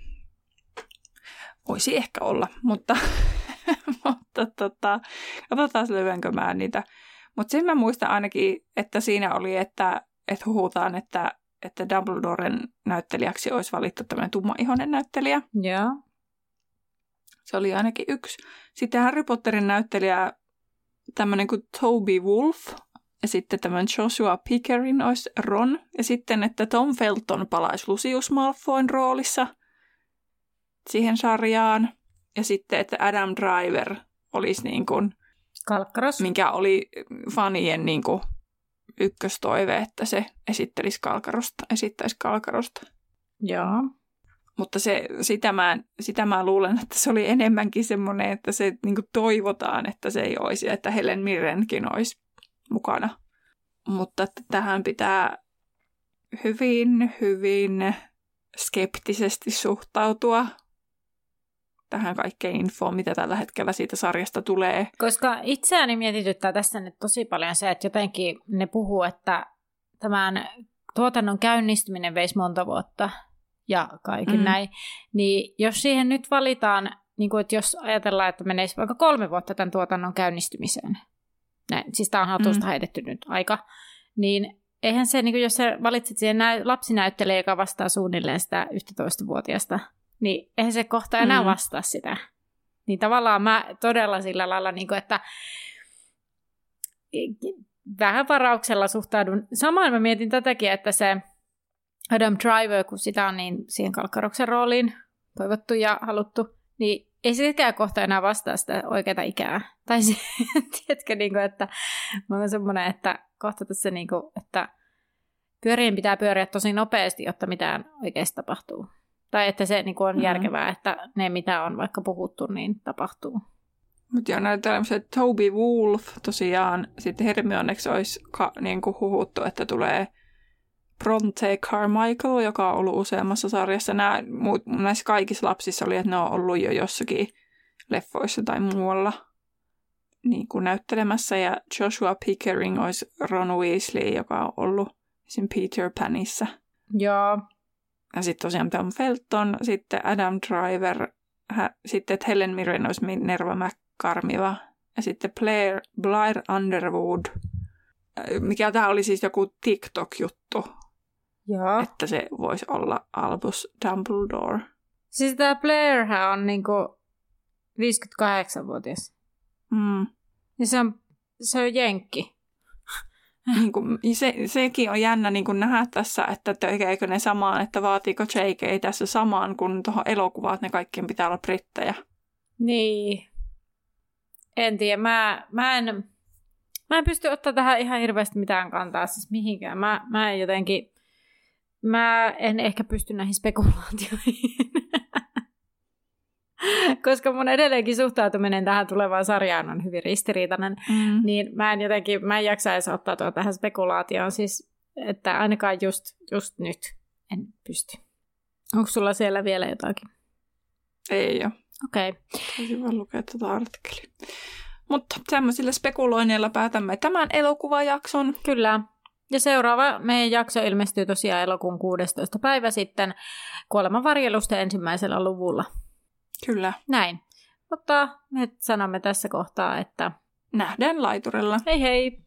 voisi ehkä olla. Mutta, mutta tota, katsotaan löydänkö mä niitä. Mutta sen mä muistan ainakin, että siinä oli, että, että huhutaan, että, että Dumbledoren näyttelijäksi olisi valittu tämmöinen tummaihoinen näyttelijä. Joo. Se oli ainakin yksi. Sitten Harry Potterin näyttelijä tämmöinen kuin Toby Wolf, ja sitten tämän Joshua Pickering olisi Ron, ja sitten, että Tom Felton palaisi Lucius Malfoyn roolissa siihen sarjaan, ja sitten, että Adam Driver olisi niin kuin, Kalkkaros. minkä oli fanien niin kuin ykköstoive, että se esittelisi Kalkarosta, esittäisi Kalkarosta. Joo. Mutta se, sitä, mä, sitä mä luulen, että se oli enemmänkin semmoinen, että se niin kuin toivotaan, että se ei olisi, että Helen Mirrenkin olisi mukana. Mutta että tähän pitää hyvin, hyvin skeptisesti suhtautua tähän kaikkeen infoon, mitä tällä hetkellä siitä sarjasta tulee. Koska itseäni mietityttää tässä nyt tosi paljon se, että jotenkin ne puhuu, että tämän tuotannon käynnistyminen veisi monta vuotta. Ja kaiken mm. näin. Niin jos siihen nyt valitaan, niin kuin, että jos ajatellaan, että menisi vaikka kolme vuotta tämän tuotannon käynnistymiseen, näin, siis tämä on hatusta mm. heitetty nyt aika, niin eihän se, niin kuin, jos sä valitset siihen nä- lapsinäyttelijä, joka vastaa suunnilleen sitä yksitoistavuotiaasta, niin eihän se kohta enää mm. vastaa sitä. Niin tavallaan mä todella sillä lailla, niin kuin, että vähän varauksella suhtaudun. Samoin mä mietin tätäkin, että se Adam Driver, kun sitä on niin siihen Kalkkaroksen rooliin toivottu ja haluttu, niin ei sitäkään kohta enää vastaa sitä oikeaa ikää. Tai se, tiedätkö, niin kuin, että mä oon semmoinen, että kohta tässä, niin kuin, että pyörien pitää pyöriä tosi nopeasti, jotta mitään oikeasti tapahtuu. Tai että se niin kuin on mm. järkevää, että ne mitä on vaikka puhuttu, niin tapahtuu. Mutta joo, näyttää tämmöiset Toby Wolf tosiaan, sitten Hermioneksi olisi ka, niin kuin huhuttu, että tulee Bronte Carmichael, joka on ollut useammassa sarjassa. Nämä, näissä kaikissa lapsissa oli, että ne on ollut jo jossakin leffoissa tai muualla niin kuin näyttelemässä. Ja Joshua Pickering olisi Ron Weasley, joka on ollut siinä Peter Panissa. Joo. Ja sitten tosiaan Tom Felton, sitten Adam Driver, hä, sitten Helen Mirren olisi Minerva McCormiva ja sitten Blair, Blair Underwood, mikä tämä oli siis joku TikTok-juttu. Joo. Että se voisi olla Albus Dumbledore. Siis tämä Blairhän on niinku viisikymmentäkahdeksanvuotias. Mm. Ja se on, se on jenkki. Niin kuin, se, sekin on jännä niin kuin nähdä tässä, että tekeekö ne samaan, että vaatiiko J K tässä samaan kuin tuohon elokuvaan, että ne kaikkien pitää olla brittejä. Niin. En tiedä. Mä, mä, en, mä en pysty ottaa tähän ihan hirveästi mitään kantaa siis mihinkään. Mä, mä en jotenkin... Mä en ehkä pysty näihin spekulaatioihin. Koska mun edelleenkin suhtautuminen tähän tulevaan sarjaan on hyvin ristiriitainen, mm. niin mä en jotenkin, mä en jaksa edes ottaa tuota tähän spekulaatioon, siis, että ainakaan just, just nyt en pysty. Onko sulla siellä vielä jotakin? Ei ole. Okei. Okay. Voisin vaan lukea tuota artikkelia. Mutta semmoisilla spekuloinneilla päätämme tämän elokuvajakson. Kyllä. Ja seuraava meidän jakso ilmestyy tosiaan elokuun kuudestoista päivä sitten Kuolemanvarjelusta ensimmäisellä luvulla. Kyllä. Näin. Mutta me sanomme tässä kohtaa, että nähdään laiturilla. Hei hei!